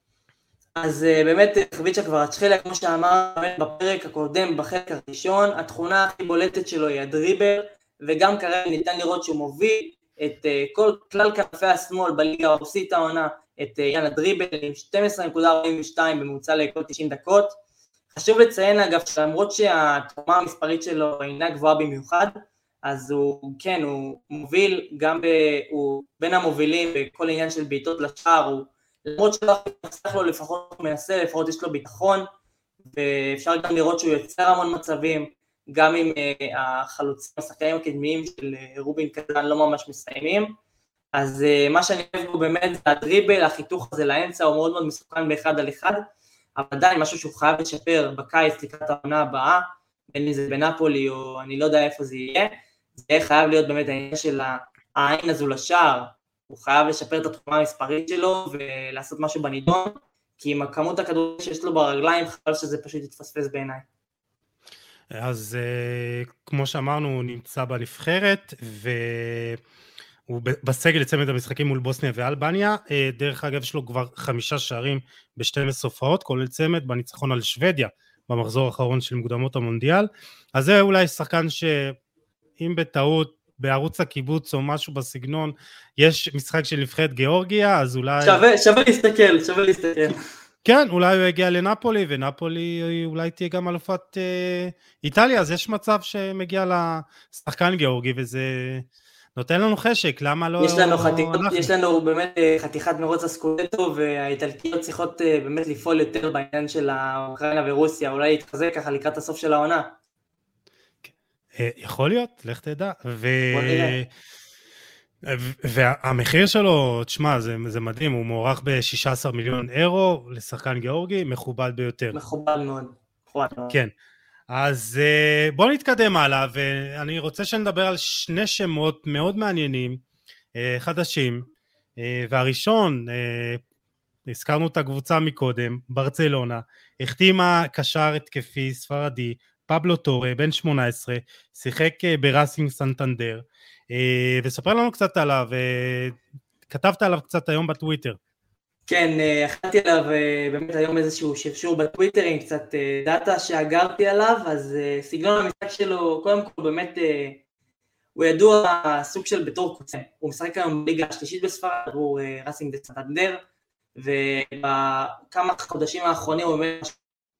S2: אז באמת חביצ'ה קוורצ'חליה, כמו שאמר בפרק הקודם, בחלק הראשון, התכונה הכי בולטת שלו היא הדריבל, וגם כרגע ניתן לראות שהוא מוביל את כל כלל כנפי השמאל בליגה הרוסית העונה, את עניין הדריבל עם שתים עשרה נקודה ארבעים ושתיים בממוצע לכל תשעים דקות. חשוב לציין אגב שלמרות שהתרומה המספרית שלו אינה גבוהה במיוחד, אז הוא כן, הוא מוביל גם, ב, הוא בין המובילים בכל עניין של בעיטות לשער, הוא למרות שלא יצטרך לו לפחות הוא מנסה, לפחות יש לו ביטחון, ואפשר גם לראות שהוא יוצר המון מצבים, גם עם uh, החלוצים, השחקנים הקדמיים של uh, רובין קזן לא ממש מסיימים, אז uh, מה שאני אוהב הוא באמת זה הדריבל, החיתוך הזה לאמצע, הוא מאוד מאוד מסוכן באחד על אחד, אבל עדיין משהו שהוא חייב לשפר בקיץ לקראת העונה הבאה, בין אם זה בנפולי או אני לא יודע איפה זה יהיה, זה חייב להיות באמת העניין של העין הזו לשער, הוא חייב לשפר את התחומה המספרית שלו ולעשות משהו בנידון, כי עם הכמות הכדורים שיש לו ברגליים, חבל שזה פשוט יתפספס בעיניי.
S1: אז כמו שאמרנו, הוא נמצא בנבחרת, והוא בסגל לצמד המשחקים מול בוסניה ואלבניה, דרך אגב יש לו כבר חמישה שערים בשתים עשרה הופעות, כולל צמד בניצחון על שוודיה, במחזור האחרון של מוקדמות המונדיאל, אז זה אולי שחקן שאם בטעות, בערוץ הקיבוץ או משהו בסגנון, יש משחק של נבחרת גיאורגיה, אז אולי... שווה,
S2: שווה להסתכל, שווה להסתכל.
S1: כן, אולי הוא יגיע לנפולי, ונפולי אולי תהיה גם אלופת אה, איטליה, אז יש מצב שמגיע לשחקן גיאורגי, וזה נותן לנו חשק, למה לא...
S2: יש לנו, חתיכות, יש לנו באמת חתיכת מרוץ הסקודטו, והאיטלקיות צריכות באמת לפעול יותר בעניין של האוקראינה ורוסיה, אולי יתחזק ככה לקראת הסוף של העונה.
S1: יכול להיות, לך תדע, ו... והמחיר שלו, תשמע, זה, זה מדהים, הוא מוערך ב-שישה עשר מיליון אירו לשחקן גיאורגי, מכובד ביותר.
S2: מכובד מאוד, מכובד מאוד.
S1: כן, אז בואו נתקדם הלאה, ואני רוצה שנדבר על שני שמות מאוד מעניינים, חדשים, והראשון, הזכרנו את הקבוצה מקודם, ברצלונה, החתימה קשר התקפי ספרדי, פבלו טורה, בן שמונה עשרה, שיחק בראסינג סנטנדר, וספר לנו קצת עליו, כתבת עליו קצת היום בטוויטר.
S2: כן, החלטתי עליו באמת היום איזשהו שרשור בטוויטר עם קצת דאטה שאגרתי עליו, אז סגנון המשחק שלו, קודם כל באמת, הוא ידוע סוג של בתור קוצם, הוא משחק היום בליגה השלישית בספרד, עבור ראסינג סנטנדר, ובכמה חודשים האחרונים הוא באמת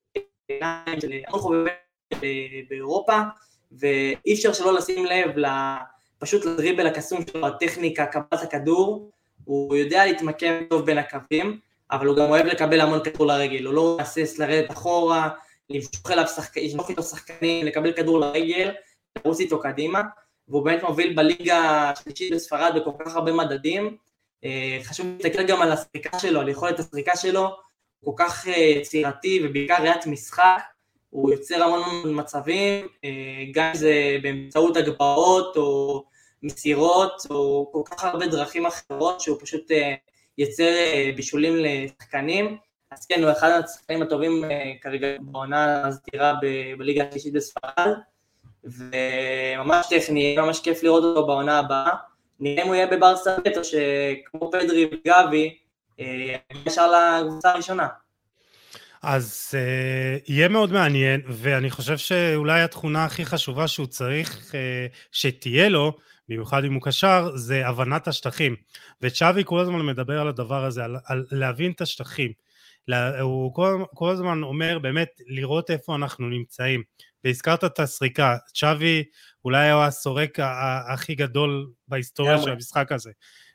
S2: באירופה, ואי אפשר שלא לשים לב פשוט לדריבל הקסום שלו, הטכניקה, קבלת הכדור, הוא יודע להתמקם טוב בין הקווים, אבל הוא גם אוהב לקבל המון כדור לרגל, הוא לא מעסס לרדת אחורה, למשוך אליו שחקנים, שחקנים, לקבל כדור לרגל, לרוץ איתו קדימה, והוא באמת מוביל בליגה השלישית בספרד בכל כך הרבה מדדים, חשוב להסתכל גם על הסריקה שלו, על יכולת הסריקה שלו, הוא כל כך יצירתי ובעיקר ראיית משחק, הוא יוצר המון מצבים, גם אם זה באמצעות הגבהות או מסירות, או כל כך הרבה דרכים אחרות, שהוא פשוט יצר בישולים לשחקנים. אז כן, הוא אחד השחקנים הטובים כרגע בעונה הסדירה בליגה השלישית בספרד, וממש טכני, ממש כיף לראות אותו בעונה הבאה. נראה אם הוא יהיה בברסה ב' או שכמו פדרי וגבי, ישר לקבוצה הראשונה.
S1: אז uh, יהיה מאוד מעניין, ואני חושב שאולי התכונה הכי חשובה שהוא צריך uh, שתהיה לו, במיוחד אם הוא קשר, זה הבנת השטחים. וצ'אבי כל הזמן מדבר על הדבר הזה, על, על להבין את השטחים. לה, הוא כל, כל הזמן אומר באמת לראות איפה אנחנו נמצאים. והזכרת את הסריקה, צ'אבי אולי היה הסורק הכי גדול בהיסטוריה של המשחק הזה.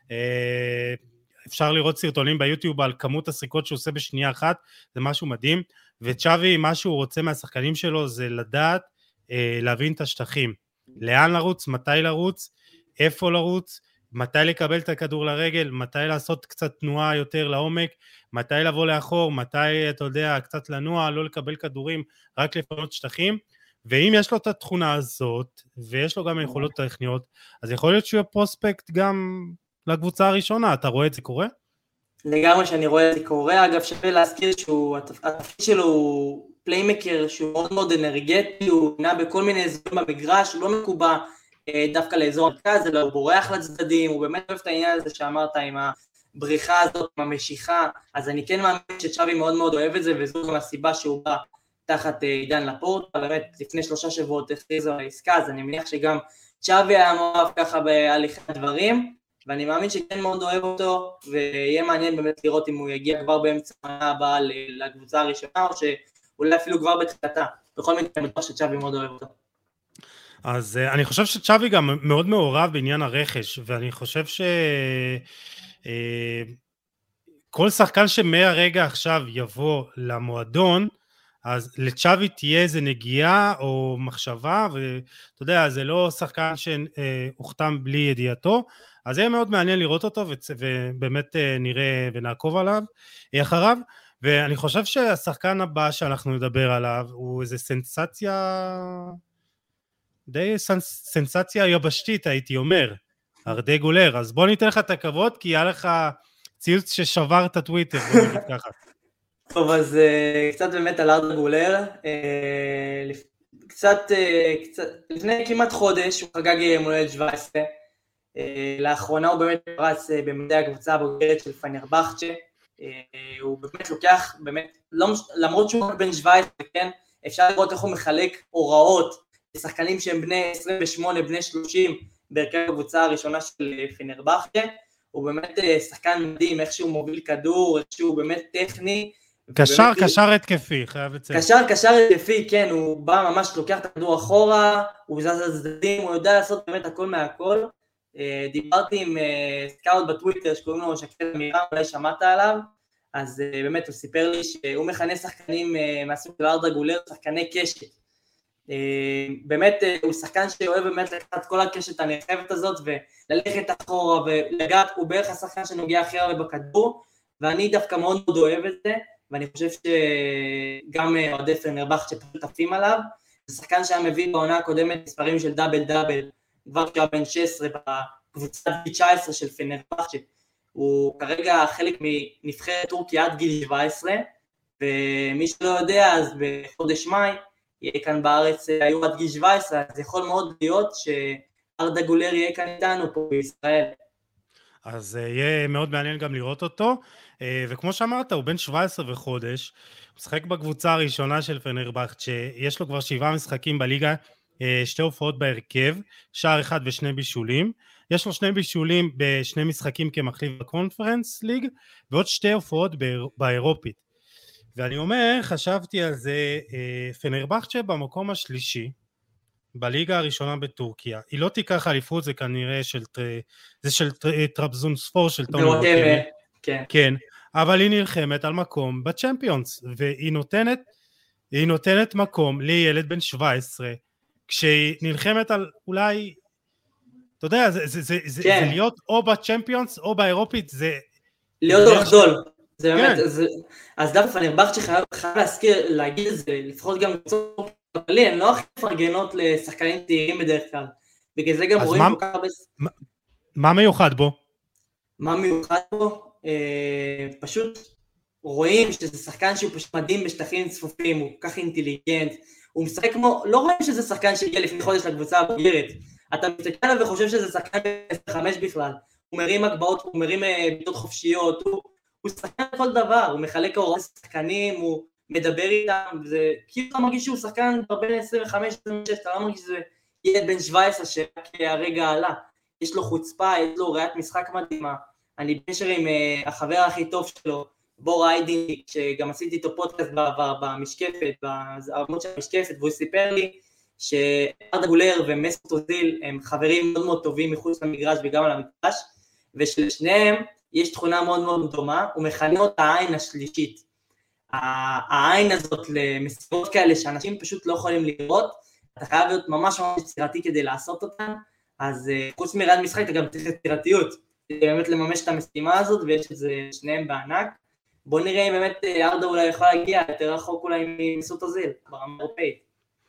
S1: אפשר לראות סרטונים ביוטיוב על כמות הסריקות שהוא עושה בשנייה אחת, זה משהו מדהים, וצ'אבי מה שהוא רוצה מהשחקנים שלו זה לדעת להבין את השטחים, לאן לרוץ, מתי לרוץ, איפה לרוץ, מתי לקבל את הכדור לרגל, מתי לעשות קצת תנועה יותר לעומק, מתי לבוא לאחור, מתי אתה יודע קצת לנוע, לא לקבל כדורים, רק לפנות שטחים, ואם יש לו את התכונה הזאת, ויש לו גם יכולות טכניות, אז יכול להיות שהוא פרוספקט גם לקבוצה הראשונה, אתה רואה את זה קורה?
S2: לגמרי שאני רואה את זה קורה, אגב שווה להזכיר שהתפקיד שלו הוא פליימקר, שהוא מאוד מאוד אנרגטי, הוא נע בכל מיני אזורים במגרש, הוא לא מקובע דווקא לאזור המרכז, אלא הוא בורח לצדדים, הוא באמת אוהב את העניין הזה שאמרת עם הבריחה הזאת, עם המשיכה, אז אני כן מאמין שצ'אבי מאוד מאוד אוהב את זה, וזו גם הסיבה שהוא בא תחת עידן לפורטה, באמת לפני שלושה שבועות הכריזו על העסקה, אז אני מניח שגם צ'אבי היה מאוהב ככה בהליכי הדברים, ואני מאמין שכן מאוד אוהב אותו, ויהיה מעניין באמת לראות אם הוא יגיע כבר באמצע העונה הבאה לקבוצה הראשונה, או שאולי אפילו כבר בתחילתה, בכל מקרה אני בטוח שצ'אבי מאוד אוהב אותו.
S1: אז uh, אני חושב שצ'אבי גם מאוד מעורב בעניין הרכש, ואני חושב ש... Uh, כל שחקן שמהרגע עכשיו יבוא למועדון, אז לצ'אבי תהיה איזה נגיעה או מחשבה, ואתה יודע, זה לא שחקן שהוחתם בלי ידיעתו, אז יהיה מאוד מעניין לראות אותו, ובאמת נראה ונעקוב עליו, אחריו, ואני חושב שהשחקן הבא שאנחנו נדבר עליו, הוא איזה סנסציה, די סנסציה יבשתית הייתי אומר, ארדה גולר, אז בוא ניתן לך את הכבוד, כי היה לך ציוץ ששבר את הטוויטר, בוא נגיד ככה.
S2: טוב, אז uh, קצת באמת על ארדה גולר, uh, קצת, uh, קצת, לפני כמעט חודש הוא חגג יום הולדת שבע עשרה, uh, לאחרונה הוא באמת פרץ uh, במדי הקבוצה הבוגרת של פנרבחצ'ה, uh, הוא באמת לוקח, באמת, לא, למרות שהוא בן שבע עשרה, כן, אפשר לראות איך הוא מחלק הוראות לשחקנים שהם בני עשרים ושמונה, בני שלושים, בהרכב הקבוצה הראשונה של פנרבחצ'ה, הוא באמת שחקן מדהים, איך שהוא מוביל כדור, איך שהוא באמת טכני,
S1: קשר, קשר התקפי, חייב לציין.
S2: קשר, קשר התקפי, כן, הוא בא ממש, לוקח את הכדור אחורה, הוא זז לצדדים, הוא יודע לעשות באמת הכל מהכל. דיברתי עם סקאוט בטוויטר, שקוראים לו שקד אמירם, אולי שמעת עליו, אז באמת הוא סיפר לי שהוא מכנה שחקנים מהסוג של ארדה גולר, שחקני קשת. באמת הוא שחקן שאוהב באמת לקחת כל הקשת הנרחבת הזאת, וללכת אחורה ולגעת, הוא בערך השחקן שנוגע הכי הרבה בכדור, ואני דווקא מאוד מאוד אוהב את זה, ואני חושב שגם אוהדי פנרבחצ'ה שפשוט עפים עליו, זה שחקן שהיה מביא בעונה הקודמת מספרים של דאבל דאבל, כבר שהיה בן שש עשרה בקבוצת תשע עשרה של פנרבחצ'ה, הוא כרגע חלק מנבחרת טורקיה עד גיל שבע עשרה, ומי שלא יודע אז בחודש מאי, יהיה כאן בארץ היו עד גיל שבע עשרה, אז יכול מאוד להיות שארדה גולר יהיה כאן איתנו פה בישראל.
S1: אז יהיה מאוד מעניין גם לראות אותו, וכמו שאמרת, הוא בן שבע עשרה וחודש, הוא משחק בקבוצה הראשונה של פנרבחצ'ה, יש לו כבר שבעה משחקים בליגה, שתי הופעות בהרכב, שער אחד ושני בישולים, יש לו שני בישולים בשני משחקים כמחליף בקונפרנס ליג, ועוד שתי הופעות באירופית. ואני אומר, חשבתי על זה, פנרבחצ'ה במקום השלישי, בליגה הראשונה בטורקיה, היא לא תיקח אליפות, זה כנראה של, זה של טרבזונספור של טוני וואקמה,
S2: כן.
S1: כן, אבל היא נלחמת על מקום בצ'מפיונס, והיא נותנת, היא נותנת מקום לילד בן שבע עשרה, כשהיא נלחמת על אולי אתה יודע, זה, זה, זה, זה,
S2: כן.
S1: זה להיות או בצ'מפיונס או באירופית, זה...
S2: להיות או לחדול. זה באמת,
S1: כן.
S2: זה, אז דווקא פנרבכצ'ה חייב להזכיר, להגיד את זה, לפחות גם בצור כללי, הן לא הכי מפרגנות לשחקנים צעירים בדרך כלל. בגלל זה גם רואים
S1: מה,
S2: כל כך הרבה...
S1: מה, מה מיוחד בו?
S2: מה מיוחד בו? אה, פשוט רואים שזה שחקן שהוא פשוט מדהים בשטחים צפופים, הוא כל כך אינטליגנט, הוא משחק כמו, לא רואים שזה שחקן שהגיע לפני חודש לקבוצה הבוגרת, אתה מסתכל עליו וחושב שזה שחקן ב-עשרים וחמש בכלל, הוא מרים הגבהות, הוא מרים בעיטות חופשיות, הוא, הוא שחקן כל דבר, הוא מחלק הוראות לשחקנים, הוא מדבר איתם, זה כאילו אתה מרגיש שהוא שחקן בין עשרים וחמש עשרים ושש, אתה לא מרגיש שזה ילד בן שבע עשרה שרק הרגע עלה, יש לו חוצפה, יש לו ראיית משחק מדהימה, אני בקשר עם uh, החבר הכי טוב שלו, בור איידין, שגם עשיתי איתו פודקאסט בעבר במשקפת, בעמוד של המשקפת, והוא סיפר לי שארדה גולר ומסות אוזיל הם חברים מאוד מאוד טובים מחוץ למגרש וגם על המגרש, ושלשניהם יש תכונה מאוד מאוד דומה, הוא מכנה אותה העין השלישית. העין הזאת למסיבות כאלה שאנשים פשוט לא יכולים לראות, אתה חייב להיות ממש ממש יצירתי כדי לעשות אותן, אז חוץ מראיית משחק אתה גם צריך יצירתיות, כדי באמת לממש את המשימה הזאת, ויש את זה שניהם בענק. בוא נראה אם באמת ארדה אולי יכול להגיע יותר רחוק אולי ממסות אוזיל, ברמה אירופאית.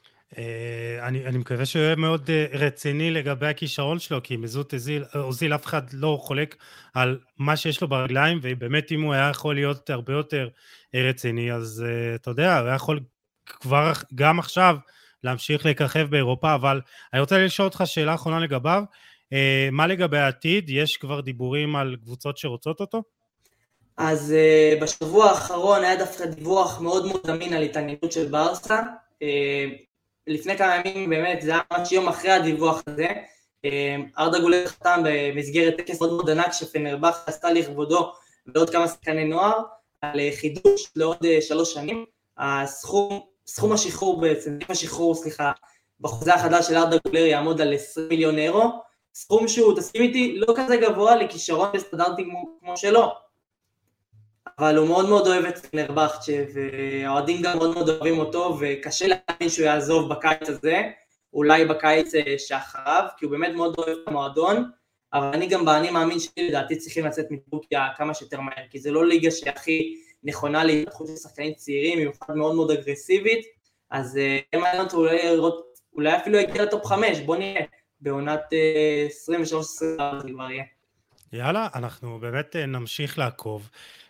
S1: אני, אני מקווה שהוא יהיה מאוד רציני לגבי הכישרון שלו, כי מסות אוזיל אף אחד לא חולק על מה שיש לו ברגליים, ובאמת אם הוא היה יכול להיות הרבה יותר רציני, אז אתה יודע, הוא היה יכול כבר גם עכשיו להמשיך לככב באירופה, אבל אני רוצה לשאול אותך שאלה אחרונה לגביו, מה לגבי העתיד? יש כבר דיבורים על קבוצות שרוצות אותו?
S2: אז uh, בשבוע האחרון היה דווקא דיווח מאוד מאוד אמין על התעניינות של ברסה, uh, לפני כמה ימים באמת, זה היה ממש יום אחרי הדיווח הזה, uh, ארדה גולר חתם במסגרת טקס מאוד מאוד ענק שפנרבכצ'ה עשתה לכבודו ועוד כמה שחקני נוער, על חידוש לעוד uh, שלוש שנים, הסכום, סכום השחרור בעצם, השחרור, סליחה, בחוזה החדש של ארדה גולר יעמוד על עשרים מיליון אירו, סכום שהוא, תסכים איתי, לא כזה גבוה לכישרון וסטנדרטים כמו שלו, אבל הוא מאוד מאוד אוהב את פנרבכצ'ה, והאוהדים גם מאוד מאוד אוהבים אותו, וקשה להאמין שהוא יעזוב בקיץ הזה, אולי בקיץ שאחריו, כי הוא באמת מאוד אוהב את המועדון, אבל אני גם באני מאמין שלדעתי צריכים לצאת מטורקיה כמה שיותר מהר, כי זה לא ליגה שהכי נכונה להתפתחות של שחקנים צעירים, היא במיוחד מאוד מאוד אגרסיבית, אז אין מעניין אותו אולי, אולי אפילו יגיע לטופ חמש, בוא נראה, בעונת עשרים ושלוש עשרים וארבע זה כבר יהיה.
S1: יאללה, אנחנו באמת נמשיך לעקוב,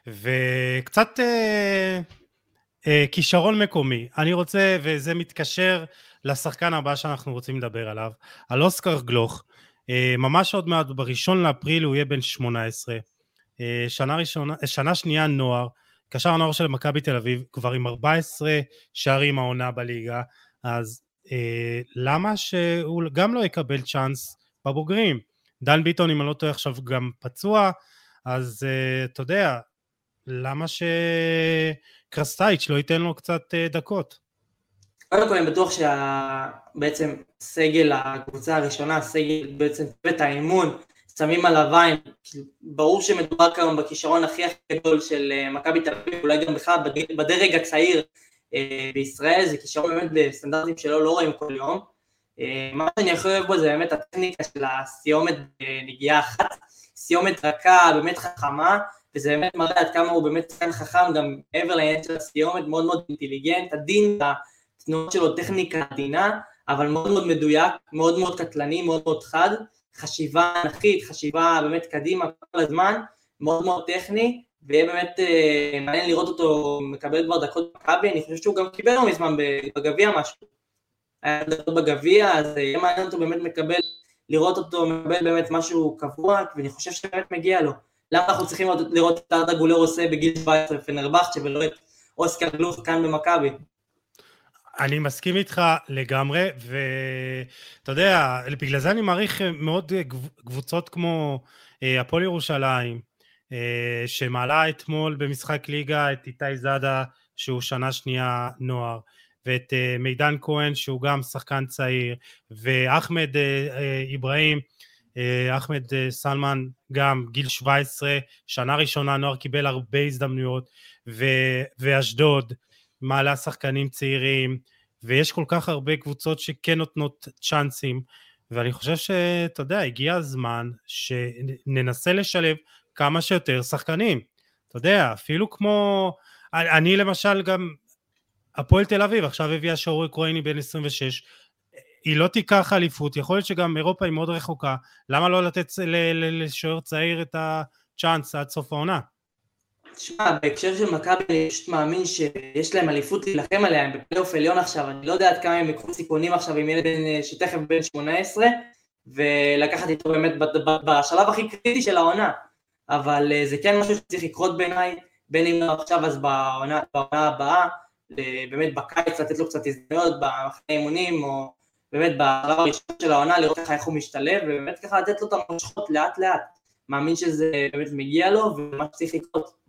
S1: וקצת אה, אה, כישרון מקומי. אני רוצה, וזה מתקשר לשחקן הבא שאנחנו רוצים לדבר עליו, על אוסקר גלוך, אה, ממש עוד מעט, בראשון לאפריל הוא יהיה בן שמונה עשרה, אה, שנה, ראשונה, שנה שנייה נוער, קשר הנוער של מכבי תל אביב, כבר עם ארבע עשרה שערים העונה בליגה, אז אה, למה שהוא גם לא יקבל צ'אנס בבוגרים? דן ביטון, אם אני לא טועה עכשיו גם פצוע, אז uh, אתה יודע, למה שקרסטייץ' לא ייתן לו קצת uh, דקות?
S2: קודם כל אני בטוח שבעצם סגל הקבוצה הראשונה, סגל בעצם בית האימון, שמים עליו עין, ברור שמדובר כיום בכישרון הכי הכי גדול של מכבי תל אביב, אולי גם בכלל בדרג הצעיר uh, בישראל, זה כישרון באמת בסטנדרטים שלו לא רואים כל יום, מה שאני הכי אוהב בו זה באמת הטכניקה של הסיומת נגיעה אחת, סיומת רכה, באמת חכמה, וזה באמת מראה עד כמה הוא באמת שחקן חכם, גם מעבר לעניין של הסיומת, מאוד מאוד אינטליגנט, הדין, התנועות שלו טכניקה עדינה, אבל מאוד מאוד מדויק, מאוד מאוד קטלני, מאוד מאוד חד, חשיבה ענקית, חשיבה באמת קדימה כל הזמן, מאוד מאוד טכני, ויהיה באמת מעניין לראות אותו מקבל כבר דקות מכבי, אני חושב שהוא גם קיבל לו מזמן בגביע משהו, היה דקות בגביע, אז יהיה מעניין אותו באמת מקבל, לראות אותו מקבל באמת משהו קבוע, ואני חושב שבאמת מגיע לו. למה אנחנו צריכים לראות את ארדה גולר עושה בגיל שבע עשרה פנרבכצ'ה, ולא את אוסקר גלוך כאן במכבי?
S1: אני מסכים איתך לגמרי, ואתה יודע, בגלל זה אני מעריך מאוד קבוצות כמו הפועל ירושלים, שמעלה אתמול במשחק ליגה את איתי זאדה, שהוא שנה שנייה נוער, ואת מידן כהן שהוא גם שחקן צעיר, ואחמד איברהים, אחמד סלמן גם גיל שבע עשרה, שנה ראשונה נוער קיבל הרבה הזדמנויות, ואשדוד מעלה שחקנים צעירים, ויש כל כך הרבה קבוצות שכן נותנות צ'אנסים, ואני חושב שאתה יודע, הגיע הזמן שננסה לשלב כמה שיותר שחקנים, אתה יודע, אפילו כמו, אני למשל גם, הפועל תל אביב עכשיו הביאה שוער אוקראיני בן עשרים ושש, היא לא תיקח אליפות, יכול להיות שגם אירופה היא מאוד רחוקה, למה לא לתת לשוער צעיר את הצ'אנס עד סוף העונה?
S2: תשמע, בהקשר של מכבי אני פשוט מאמין שיש להם אליפות להילחם עליה, הם בפלייאוף עליון עכשיו, אני לא יודע עד כמה הם יקחו סיכונים עכשיו עם ילד שתכף בן שמונה עשרה, ולקחת איתו באמת בשלב הכי קריטי של העונה, אבל זה כן משהו שצריך לקרות בעיניי, בין אם לא עכשיו אז בעונה, בעונה הבאה, באמת בקיץ לתת לו קצת הזדמנויות במחנה אימונים, או באמת בשלב הראשון של העונה לראות איך הוא משתלב, ובאמת ככה לתת לו את המושכות לאט לאט, מאמין שזה באמת מגיע לו ומה שצריך לקרות.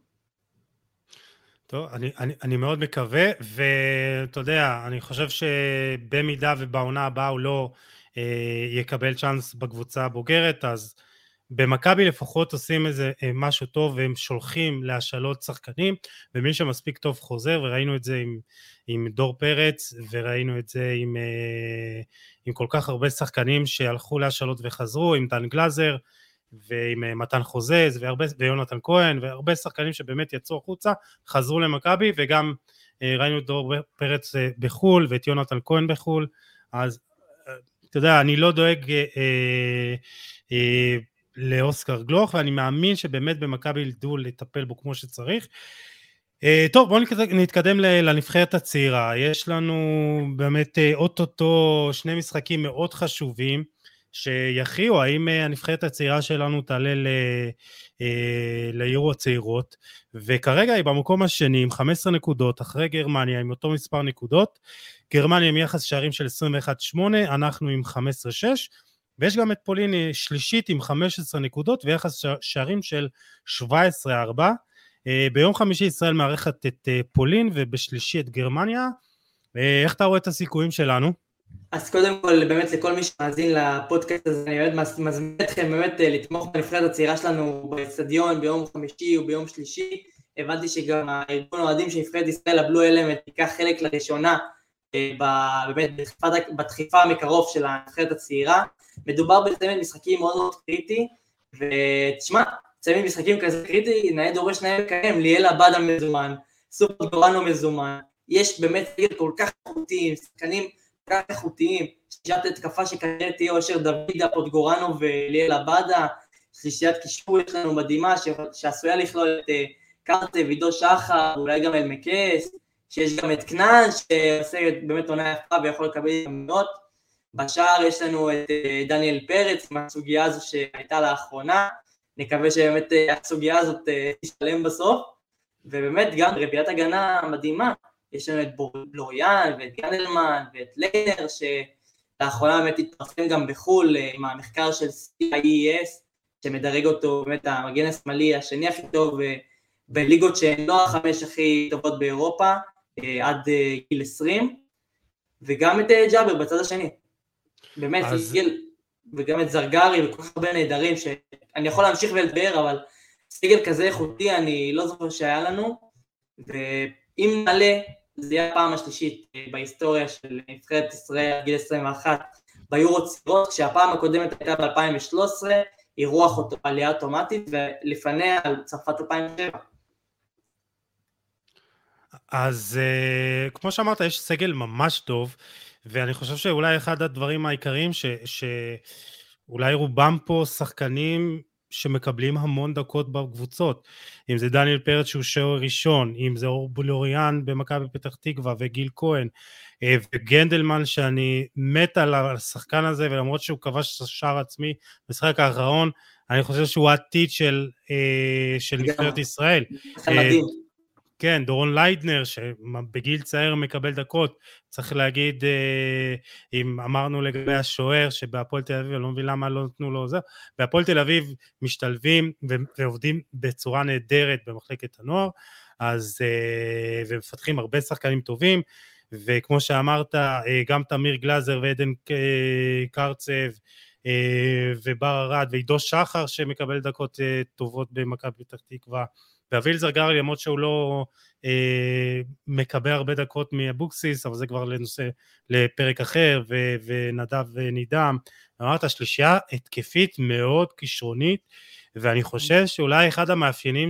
S1: טוב, אני, אני, אני מאוד מקווה, ואתה יודע, אני חושב שבמידה ובעונה הבאה הוא לא אה, יקבל צ'אנס בקבוצה הבוגרת, אז במכבי לפחות עושים איזה אה, משהו טוב, והם שולחים להשאלות שחקנים, ומי שמספיק טוב חוזר, וראינו את זה עם, עם דור פרץ, וראינו את זה עם, אה, עם כל כך הרבה שחקנים שהלכו להשאלות וחזרו, עם דן גלזר, ועם מתן חוזז ויונתן כהן והרבה שחקנים שבאמת יצאו החוצה, חזרו למכבי, וגם ראינו את דור פרץ בחול ואת יונתן כהן בחול, אז אתה יודע, אני לא דואג אה, אה, לאוסקר גלוך, ואני מאמין שבאמת במכבי ילדו לטפל בו כמו שצריך. אה, טוב, בואו נתקדם לנבחרת הצעירה, יש לנו באמת אוטוטו שני משחקים מאוד חשובים, שיכריעו האם הנבחרת הצעירה שלנו תעלה ליורו הצעירות, וכרגע היא במקום השני עם חמש עשרה נקודות, אחרי גרמניה עם אותו מספר נקודות, גרמניה עם יחס שערים של עשרים ואחת שמונה, אנחנו עם חמש עשרה שש, ויש גם את פולין שלישית עם חמש עשרה נקודות, ויחס שערים של שבע עשרה ארבע, ביום חמישי ישראל מארחת את פולין, ובשלישי את גרמניה. איך אתה רואה את הסיכויים שלנו?
S2: אז קודם כל, באמת לכל מי שמאזין לפודקאסט הזה, אני באמת מזמין אתכם באמת לתמוך בנבחרת הצעירה שלנו באצטדיון ביום חמישי וביום שלישי. הבנתי שגם הארגון האוהדים של נבחרת ישראל, הבלו אלמנט, ייקח חלק לראשונה באמת בדחיפה מקרוב של הנבחרת הצעירה. מדובר בצמד משחקים מאוד מאוד קריטי, ותשמע, צמד משחקים כזה קריטי, נאה דורש נאה מקיים, ליאל עבד המזומן, סופר גורנו מזומן, יש באמת סגל כל כך איכותיים, שחקנים כך איכותיים, שלישיית התקפה שכנראה תהיה אושר דוד, פוטגורנו וליאל עבדה, שלישיית קישור יש לנו מדהימה, שעשויה לכלול את קרטה ועידו שחר, אולי גם אלמקס, שיש גם את כנען, שעושה באמת עונה יפה ויכול לקבל הזדמנויות. בשער יש לנו את דניאל פרץ, עם הסוגיה הזו שהייתה לאחרונה, נקווה שבאמת הסוגיה הזאת תשתלם בסוף, ובאמת גם רביעיית הגנה מדהימה, יש לנו את בלוריאן ואת גנדלמן ואת ליינר, שלאחרונה באמת התפרסם גם בחול עם המחקר של סי איי אס, שמדרג אותו באמת המגן השמאלי השני הכי טוב, בליגות שהן לא החמש הכי טובות באירופה, עד גיל עשרים, וגם את ג'אבר בצד השני. באמת, אז... סגל, וגם את זרגרי וכל כך הרבה נהדרים, שאני יכול להמשיך ולדבר, אבל סגל כזה איכותי אני לא זוכר שהיה לנו, ואם נעלה, זה יהיה הפעם השלישית בהיסטוריה של נבחרת ישראל גיל עשרים ואחת ביורו צעירות, כשהפעם הקודמת הייתה ב-אלפיים ושלוש עשרה, אירוח אותו עלייה אוטומטית, ולפניה על צרפת אלפיים ושבע.
S1: אז uh, כמו שאמרת, יש סגל ממש טוב, ואני חושב שאולי אחד הדברים העיקריים, ש, שאולי רובם פה שחקנים שמקבלים המון דקות בקבוצות, אם זה דניאל פרץ שהוא שוער ראשון, אם זה אור בלוריאן במכבי פתח תקווה וגיל כהן, וגנדלמן שאני מת על השחקן הזה, ולמרות שהוא כבש שער עצמי במשחק האחרון, אני חושב שהוא העתיד של, של נבחרת ישראל.
S2: מדהים.
S1: כן, דורון ליידנר, שבגיל צעיר מקבל דקות, צריך להגיד, אם אמרנו לגבי השוער, שבהפועל תל אביב, אני לא מבין למה לא נתנו לו זה, בהפועל תל אביב משתלבים ועובדים בצורה נהדרת במחלקת הנוער, אז, ומפתחים הרבה שחקנים טובים, וכמו שאמרת, גם תמיר גלזר ועדן קרצב, ובר ארד ועידו שחר, שמקבל דקות טובות במכבי פתח תקווה, ואביל זרגרי, למרות שהוא לא אה, מקבל הרבה דקות מאבוקסיס, אבל זה כבר לנושא, לפרק אחר, ו, ונדב ונידם, אמרת, שלישייה התקפית מאוד כישרונית, ואני חושב שאולי אחד המאפיינים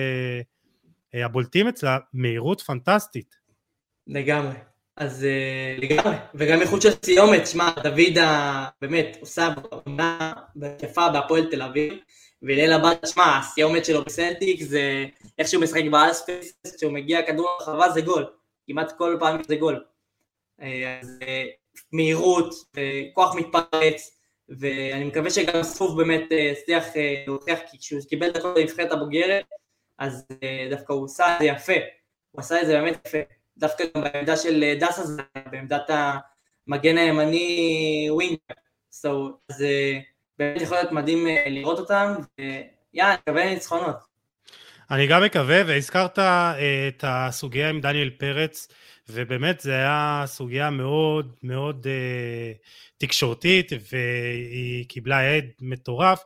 S1: שהבולטים אצלה, מהירות פנטסטית.
S2: לגמרי. אז לגמרי, וגם איכות של סיומת, שמה, דוד באמת עושה בעונה בתקפה בהפועל תל אביב, וליל הבא, שמה, הסיומת שלו בסלטיק זה איך שהוא משחק באלספייס, כשהוא מגיע כדור לרחבה זה גול, כמעט כל פעם זה גול. אז מהירות, כוח מתפרץ, ואני מקווה שגם ספוף באמת הצליח להוכיח, כי כשהוא קיבל את הכל בנבחרת הבוגרת, אז דווקא הוא עושה את זה יפה, הוא עשה את זה באמת יפה. דווקא גם בעמדה של דסה זה, בעמדת המגן הימני ווינג, so, אז באמת יכול להיות מדהים לראות אותם, ויאללה, נקווה לניצחונות.
S1: אני גם מקווה, והזכרת את הסוגיה עם דניאל פרץ, ובאמת זה היה סוגיה מאוד מאוד תקשורתית, והיא קיבלה עד מטורף,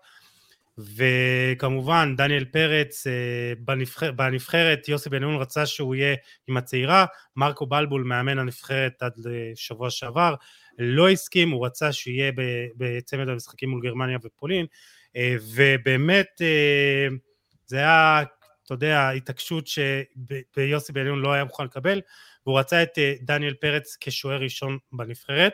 S1: וכמובן דניאל פרץ בנבחרת, בנבחרת יוסי בן-נון רצה שהוא יהיה עם הצעירה, מרקו בלבול מאמן הנבחרת עד לשבוע שעבר, לא הסכים, הוא רצה שיהיה בצמד המשחקים מול גרמניה ופולין, ובאמת זה היה, אתה יודע, התעקשות שביוסי בן-נון לא היה מוכן לקבל, והוא רצה את דניאל פרץ כשוער ראשון בנבחרת,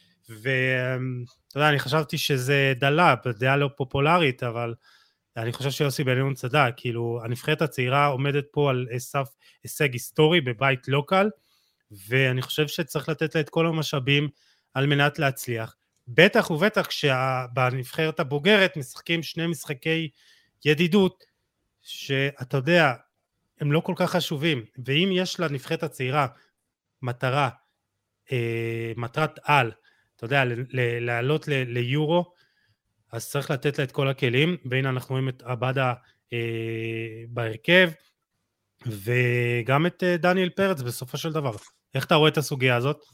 S1: ואתה יודע, אני חשבתי שזה דלה, דעה לא פופולרית, אבל אני חושב שיוסי בן-נון צדק, כאילו הנבחרת הצעירה עומדת פה על סף הישג היסטורי בבית לוקל, ואני חושב שצריך לתת לה את כל המשאבים על מנת להצליח, בטח ובטח שבנבחרת הבוגרת משחקים שני משחקי ידידות, שאתה יודע, הם לא כל כך חשובים, ואם יש לנבחרת הצעירה מטרה, אה, מטרת על, אתה יודע, לעלות ליורו, אז צריך לתת לה את כל הכלים, והנה אנחנו רואים את עבדה אה, בהרכב, וגם את אה, דניאל פרץ בסופו של דבר. איך אתה רואה את הסוגיה הזאת?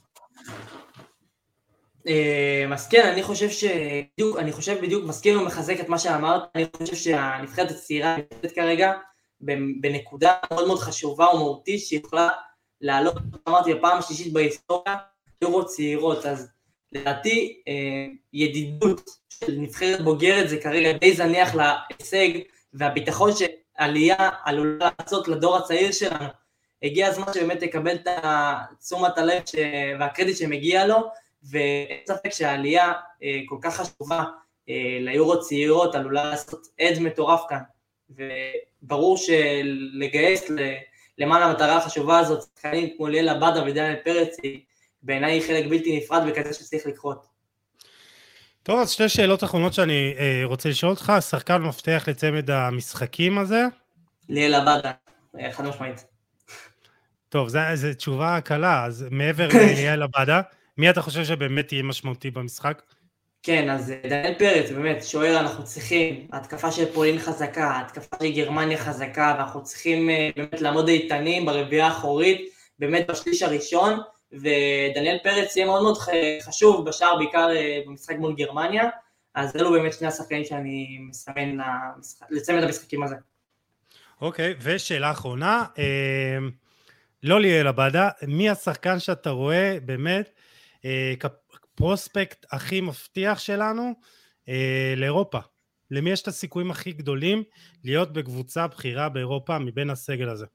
S2: אז כן, אני חושב שבדיוק, אני חושב בדיוק, מזכיר ומחזק את מה שאמרת, אני חושב שהנבחרת הצעירה נמצאת כרגע בנקודה מאוד מאוד חשובה ומהותית, שיכולה לעלות, אמרתי, בפעם השלישית בהיסטוריה, יורו צעירות, אז לדעתי ידידות של נבחרת בוגרת זה כרגע די זניח להישג, והביטחון שעלייה עלולה לעשות לדור הצעיר שלנו, הגיע הזמן שבאמת תקבל את תשומת הלב והקרדיט שמגיע לו, ואין ספק שהעלייה כל כך חשובה ליורו צעירות עלולה לעשות עד מטורף כאן, וברור שלגייס למען המטרה החשובה הזאת, שחקנים כמו ליאל עבדה ודניאל פרץ, בעיניי חלק בלתי נפרד וכזה שצריך לקרות.
S1: טוב, אז שתי שאלות אחרונות שאני רוצה לשאול אותך, שחקן מפתח לצמד המשחקים הזה?
S2: ליאל עבדה, חד משמעית.
S1: טוב, זו תשובה קלה, אז מעבר לליאל עבדה, מי אתה חושב שבאמת יהיה משמעותי במשחק?
S2: כן, אז דניאל פרץ, באמת, שוער אנחנו צריכים, התקפה של פולין חזקה, התקפה של גרמניה חזקה, ואנחנו צריכים באמת לעמוד איתנים ברביעייה האחורית, באמת בשליש הראשון, ודניאל פרץ יהיה מאוד מאוד חשוב בשער, בעיקר במשחק מול גרמניה, אז אלו באמת שני השחקנים שאני מסמן לצמד המשחקים הזה.
S1: אוקיי, ושאלה אחרונה, לא ליאל עבדה, מי השחקן שאתה רואה באמת כפרוספקט הכי מבטיח שלנו לאירופה? למי יש את הסיכויים הכי גדולים להיות בקבוצה בחירה באירופה מבין הסגל הזה?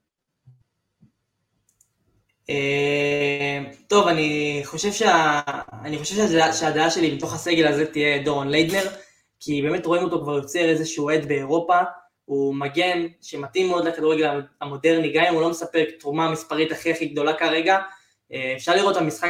S2: טוב, אני חושב שה... אני חושב שהדעה שלי מתוך הסגל הזה תהיה דורון ליידנר, כי באמת רואים אותו כבר יוצר איזשהו עד באירופה, הוא מגן שמתאים מאוד לכדורגל המודרני, גם אם הוא לא מספק תרומה מספרית הכי הכי גדולה כרגע, אפשר לראות המשחק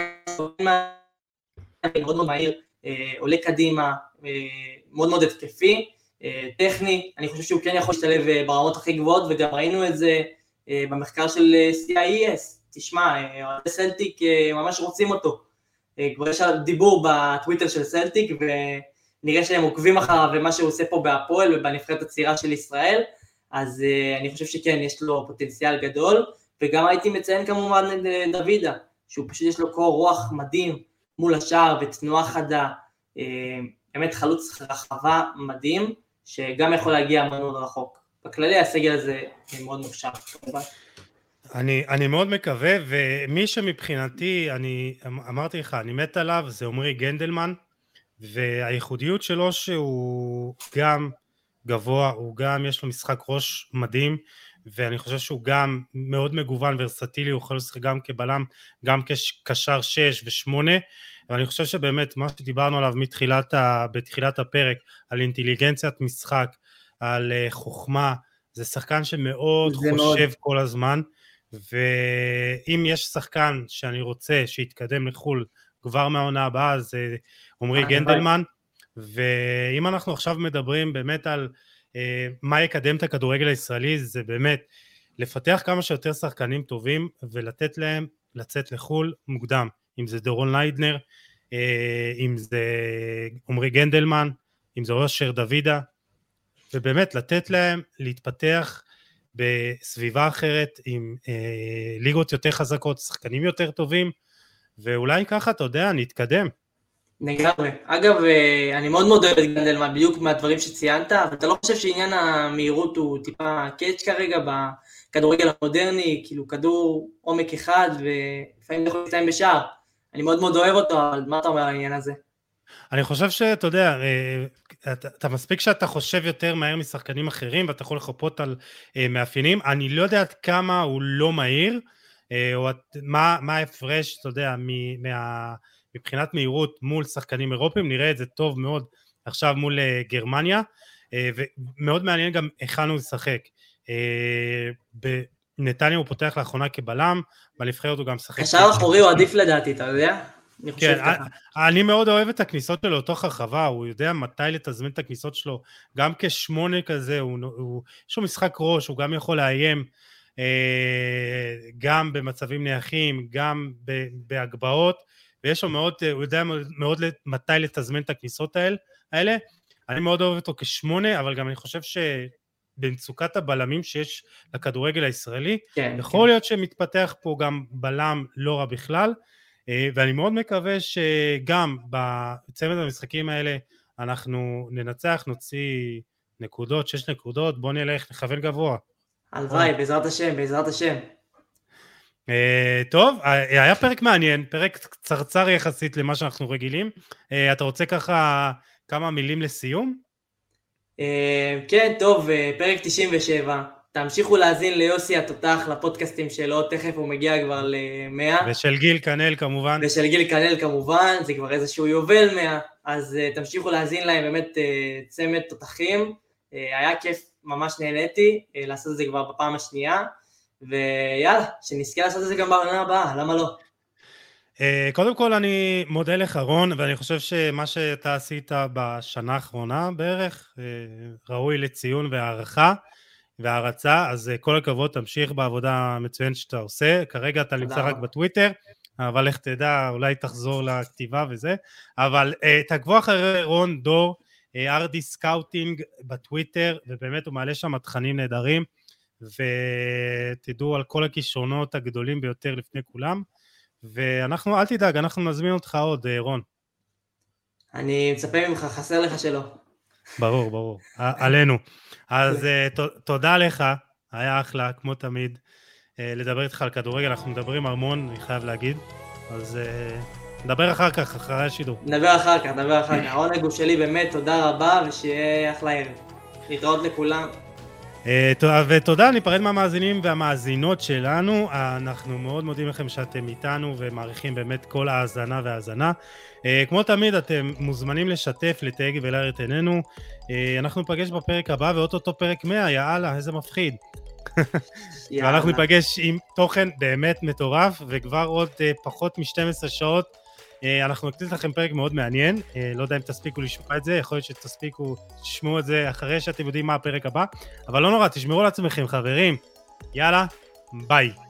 S2: מאוד מאוד מהיר, עולה קדימה, מאוד מאוד התקפי, טכני, אני חושב שהוא כן יכול להשתלב ברמות הכי גבוהות, וגם ראינו את זה במחקר של סי איי אי אס, תשמע, סלטיק ממש רוצים אותו, כבר יש דיבור בטוויטר של סלטיק, ונראה שהם עוקבים אחריו ומה שהוא עושה פה בהפועל ובנבחרת הצעירה של ישראל, אז אני חושב שכן, יש לו פוטנציאל גדול, וגם הייתי מציין כמובן את דוידה, שהוא פשוט יש לו קור רוח מדהים מול השער ותנועה חדה, באמת חלוץ רחבה מדהים, שגם יכול להגיע מאוד רחוק. בכללי הסגל הזה מאוד מוכשר.
S1: אני, אני מאוד מקווה, ומי שמבחינתי, אני אמרתי לך, אני מת עליו, זה עומרי גנדלמן, והייחודיות שלו שהוא גם גבוה, הוא גם יש לו משחק ראש מדהים, ואני חושב שהוא גם מאוד מגוון ורסטילי, הוא יכול לשחק גם כבלם, גם כקשר שש ושמונה, ואני חושב שבאמת מה שדיברנו עליו מתחילת ה, בתחילת הפרק, על אינטליגנציית משחק, על חוכמה, זה שחקן שמאוד חושב מאוד. כל הזמן, ואם יש שחקן שאני רוצה שיתקדם לחול כבר מהעונה הבאה, זה עומרי גנדלמן, ואם אנחנו עכשיו מדברים באמת על מה יקדם את הכדורגל הישראלי, זה באמת לפתח כמה שיותר שחקנים טובים ולתת להם לצאת לחול מוקדם, אם זה דורון ליידנר, אם זה עומרי גנדלמן, אם זה אושר דוידה, ובאמת לתת להם להתפתח בסביבה אחרת, עם ליגות יותר חזקות, שחקנים יותר טובים, ואולי ככה, אתה יודע, נתקדם.
S2: לגמרי. אגב, אני מאוד מאוד אוהב את גנדלמן, בדיוק מהדברים שציינת, אבל אתה לא חושב שעניין המהירות הוא טיפה קאץ' כרגע בכדורגל המודרני, כאילו כדור עומק אחד, ולפעמים יכול להסתיים בשער. אני מאוד מאוד אוהב אותו, אבל מה אתה אומר על העניין הזה?
S1: אני חושב שאתה יודע, אתה, אתה מספיק שאתה חושב יותר מהר משחקנים אחרים, ואתה יכול לחפות על מאפיינים, אני לא יודע עד כמה הוא לא מהיר, או מה, מה ההפרש, אתה יודע, מה... מבחינת מהירות מול שחקנים אירופיים, נראה את זה טוב מאוד עכשיו מול גרמניה, ומאוד מעניין גם היכן הוא ישחק. בנתניה הוא פותח לאחרונה כבלם, בנבחרת הוא גם שחק...
S2: קשר אחורי הוא עדיף לדעתי, אתה יודע?
S1: כן, אני מאוד אוהב את הכניסות שלו לתוך הרחבה, הוא יודע מתי לתזמן את הכניסות שלו, גם כשמונה כזה, יש לו משחק ראש, הוא גם יכול לאיים, גם במצבים נייחים, גם בהגבהות, ויש לו מאוד, הוא יודע מאוד מתי לתזמן את הכניסות האלה, אני מאוד אוהב אותו כשמונה, אבל גם אני חושב שבמצוקת הבלמים שיש לכדורגל הישראלי, כן, יכול כן. להיות שמתפתח פה גם בלם לא רע בכלל, ואני מאוד מקווה שגם בצמד המשחקים האלה, אנחנו ננצח, נוציא נקודות, שש נקודות, בוא נלך לכוון גבוה.
S2: הלוואי, בעזרת השם, בעזרת השם.
S1: Uh, טוב, היה פרק מעניין, פרק קצרצר יחסית למה שאנחנו רגילים. Uh, אתה רוצה ככה כמה מילים לסיום?
S2: Uh, כן, טוב, uh, פרק תשעים ושבע. תמשיכו להאזין ליוסי התותח, לפודקאסטים שלו, תכף הוא מגיע כבר ל-מאה.
S1: ושל גיל קנל כמובן.
S2: ושל גיל קנל כמובן, זה כבר איזשהו יובל מאה, אז uh, תמשיכו להאזין להם, באמת uh, צמד תותחים. Uh, היה כיף, ממש נהניתי, uh, לעשות את זה כבר בפעם השנייה. ויאללה, שנזכה לעשות את זה גם בעונה הבאה, למה לא?
S1: קודם כל אני מודה לך רון, ואני חושב שמה שאתה עשית בשנה האחרונה בערך, ראוי לציון והערכה והערצה, אז כל הכבוד, תמשיך בעבודה המצוינת שאתה עושה, כרגע אתה נמצא רק בטוויטר, אבל איך תדע, אולי תחזור לכתיבה וזה, אבל תעקבו אחרי רון דור, ארדי סקאוטינג בטוויטר, ובאמת הוא מעלה שם תכנים נהדרים, ותדעו על כל הכישרונות הגדולים ביותר לפני כולם, ואנחנו, אל תדאג, אנחנו נזמין אותך עוד, רון.
S2: אני מצפה ממך, חסר לך שלא.
S1: ברור, ברור, עלינו. אז תודה לך, היה אחלה, כמו תמיד, לדבר איתך על כדורגל, אנחנו מדברים המון, אני חייב להגיד, אז נדבר אחר כך, אחרי השידור.
S2: נדבר אחר כך, נדבר אחר כך. העונג הוא שלי באמת, תודה רבה, ושיהיה אחלה ערב. להתראות לכולם.
S1: ותודה, ניפרד מהמאזינים והמאזינות שלנו, אנחנו מאוד מודים לכם שאתם איתנו ומעריכים באמת כל האזנה והאזנה. כמו תמיד אתם מוזמנים לשתף, לתייג ולהאיר את עינינו, אנחנו ניפגש בפרק הבא ואוטוטו פרק מאה, יאללה, איזה מפחיד. ואנחנו ניפגש עם תוכן באמת מטורף, וכבר עוד פחות מ-שתים עשרה שעות אנחנו נקליט לכם פרק מאוד מעניין, לא יודע אם תספיקו לשמוע את זה, יכול להיות שתספיקו לשמוע את זה אחרי שאתם יודעים מה הפרק הבא, אבל לא נורא, תשמרו על עצמכם חברים, יאללה, ביי.